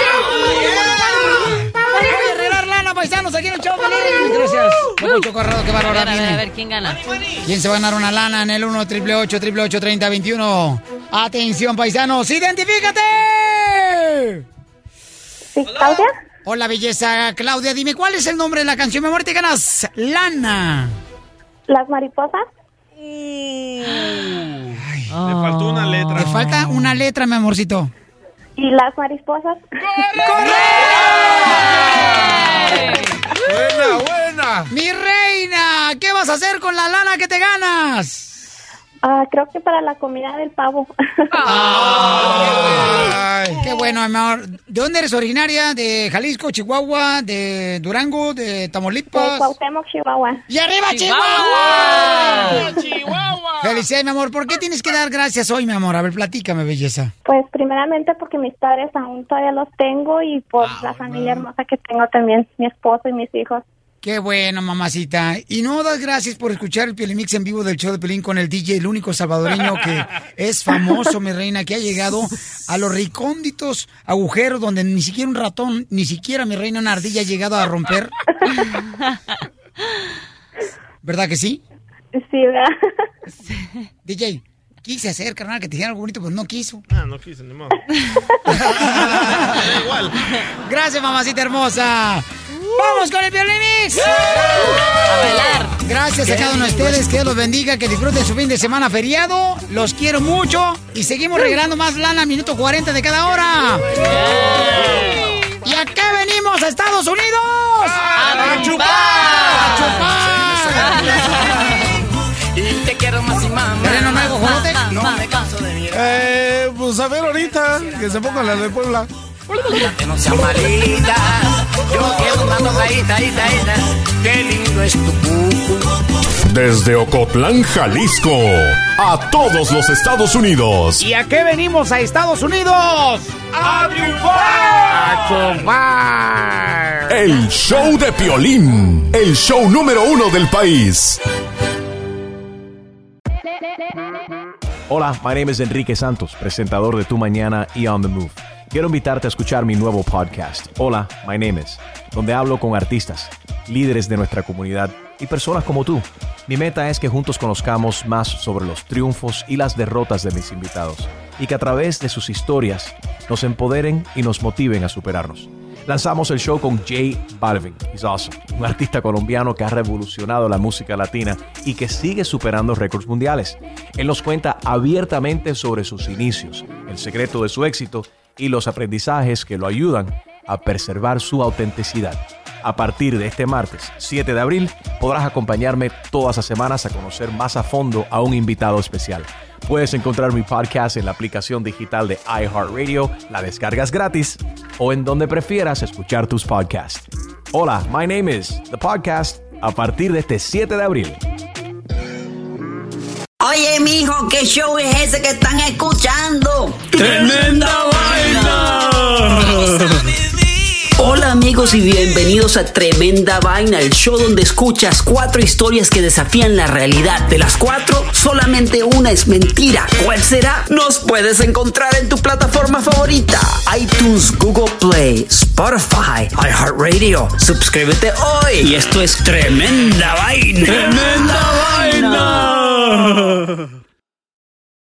Voy a arreglar lana, paisanos, aquí en el show, Piolín. Gracias. Mucho corrado, qué A bárbaro. ver, a ver, a viene. ver, ¿quién gana? ¿Quién se va a ganar una lana en el uno, ocho ocho ocho, ocho ocho, treinta, veintiuno? Atención, paisanos, ¡identifícate! ¿Sí, Claudia? Hola, belleza. Claudia, dime, ¿cuál es el nombre de la canción? Mi amor, te ganas lana. ¿Las mariposas? Le faltó una letra. Te falta una letra, mi amorcito. ¿Y las mariposas? Buena, buena. Mi reina, ¿qué vas a hacer con la lana que te ganas? Ah, creo que para la comida del pavo. Ay, qué bueno, mi amor. ¿De dónde eres originaria? ¿De Jalisco, Chihuahua, de Durango, de De Tamaulipas? Cuauhtémoc, Chihuahua. ¡Y arriba, Chihuahua! Chihuahua! ¡Chihuahua! Felicidades, mi amor. ¿Por qué tienes que dar gracias hoy, mi amor? A ver, platícame, belleza. Pues primeramente porque mis padres aún todavía los tengo y por la familia hermosa que tengo también, mi esposo y mis hijos. Qué bueno, mamacita. Y no das gracias por escuchar el Piolín Mix en vivo del show de Piolín con el D J, el único salvadoreño que es famoso, mi reina, que ha llegado a los recónditos agujeros donde ni siquiera un ratón, ni siquiera, mi reina, una ardilla ha llegado a romper. ¿Verdad que sí? Sí, ¿verdad? D J, quise hacer, carnal, que te dijera algo bonito, pero no quiso. Ah, no quise, ni modo. igual. Gracias, mamacita hermosa. ¡Vamos con el Piolín Mix! A bailar. Gracias a cada uno de ustedes. Que Dios los bendiga. Que disfruten su fin de semana feriado. Los quiero mucho. Y seguimos regalando más lana, minuto cuarenta de cada hora. ¿Y a qué venimos a Estados Unidos? ¡A chupar! ¡A chupar! Y te quiero más y más. ¿Terreno nuevo, jolote? No me canso de mirar. Eh, pues a ver ahorita, que se pongan las de Puebla. Que no sea malita, yo quiero una tocadita, ita, ita. Qué lindo es tu cucu. Desde Ocotlán, Jalisco, a todos los Estados Unidos. ¿Y a qué venimos a Estados Unidos? ¡A ¡A triunfar! chupar! El show de Piolín, el show número uno del país. Hola, my name is Enrique Santos, presentador de Tu Mañana y On The Move. Quiero invitarte a escuchar mi nuevo podcast, Hola, my name is, donde hablo con artistas, líderes de nuestra comunidad y personas como tú. Mi meta es que juntos conozcamos más sobre los triunfos y las derrotas de mis invitados y que a través de sus historias nos empoderen y nos motiven a superarnos. Lanzamos el show con J Balvin, he's awesome, un artista colombiano que ha revolucionado la música latina y que sigue superando récords mundiales. Él nos cuenta abiertamente sobre sus inicios, el secreto de su éxito y los aprendizajes que lo ayudan a preservar su autenticidad. A partir de este martes, siete de abril, podrás acompañarme todas las semanas a conocer más a fondo a un invitado especial. Puedes encontrar mi podcast en la aplicación digital de iHeartRadio, la descargas gratis, o en donde prefieras escuchar tus podcasts. Hola, my name is The Podcast, a partir de este siete de abril. Oye, mijo, ¿qué show es ese que están escuchando? ¡Tremenda Vaina! Hola amigos y bienvenidos a Tremenda Vaina, el show donde escuchas cuatro historias que desafían la realidad. De las cuatro, solamente una es mentira. ¿Cuál será? Nos puedes encontrar en tu plataforma favorita: iTunes, Google Play, Spotify, iHeartRadio. Suscríbete hoy. Y esto es Tremenda Vaina. ¡Tremenda Vaina!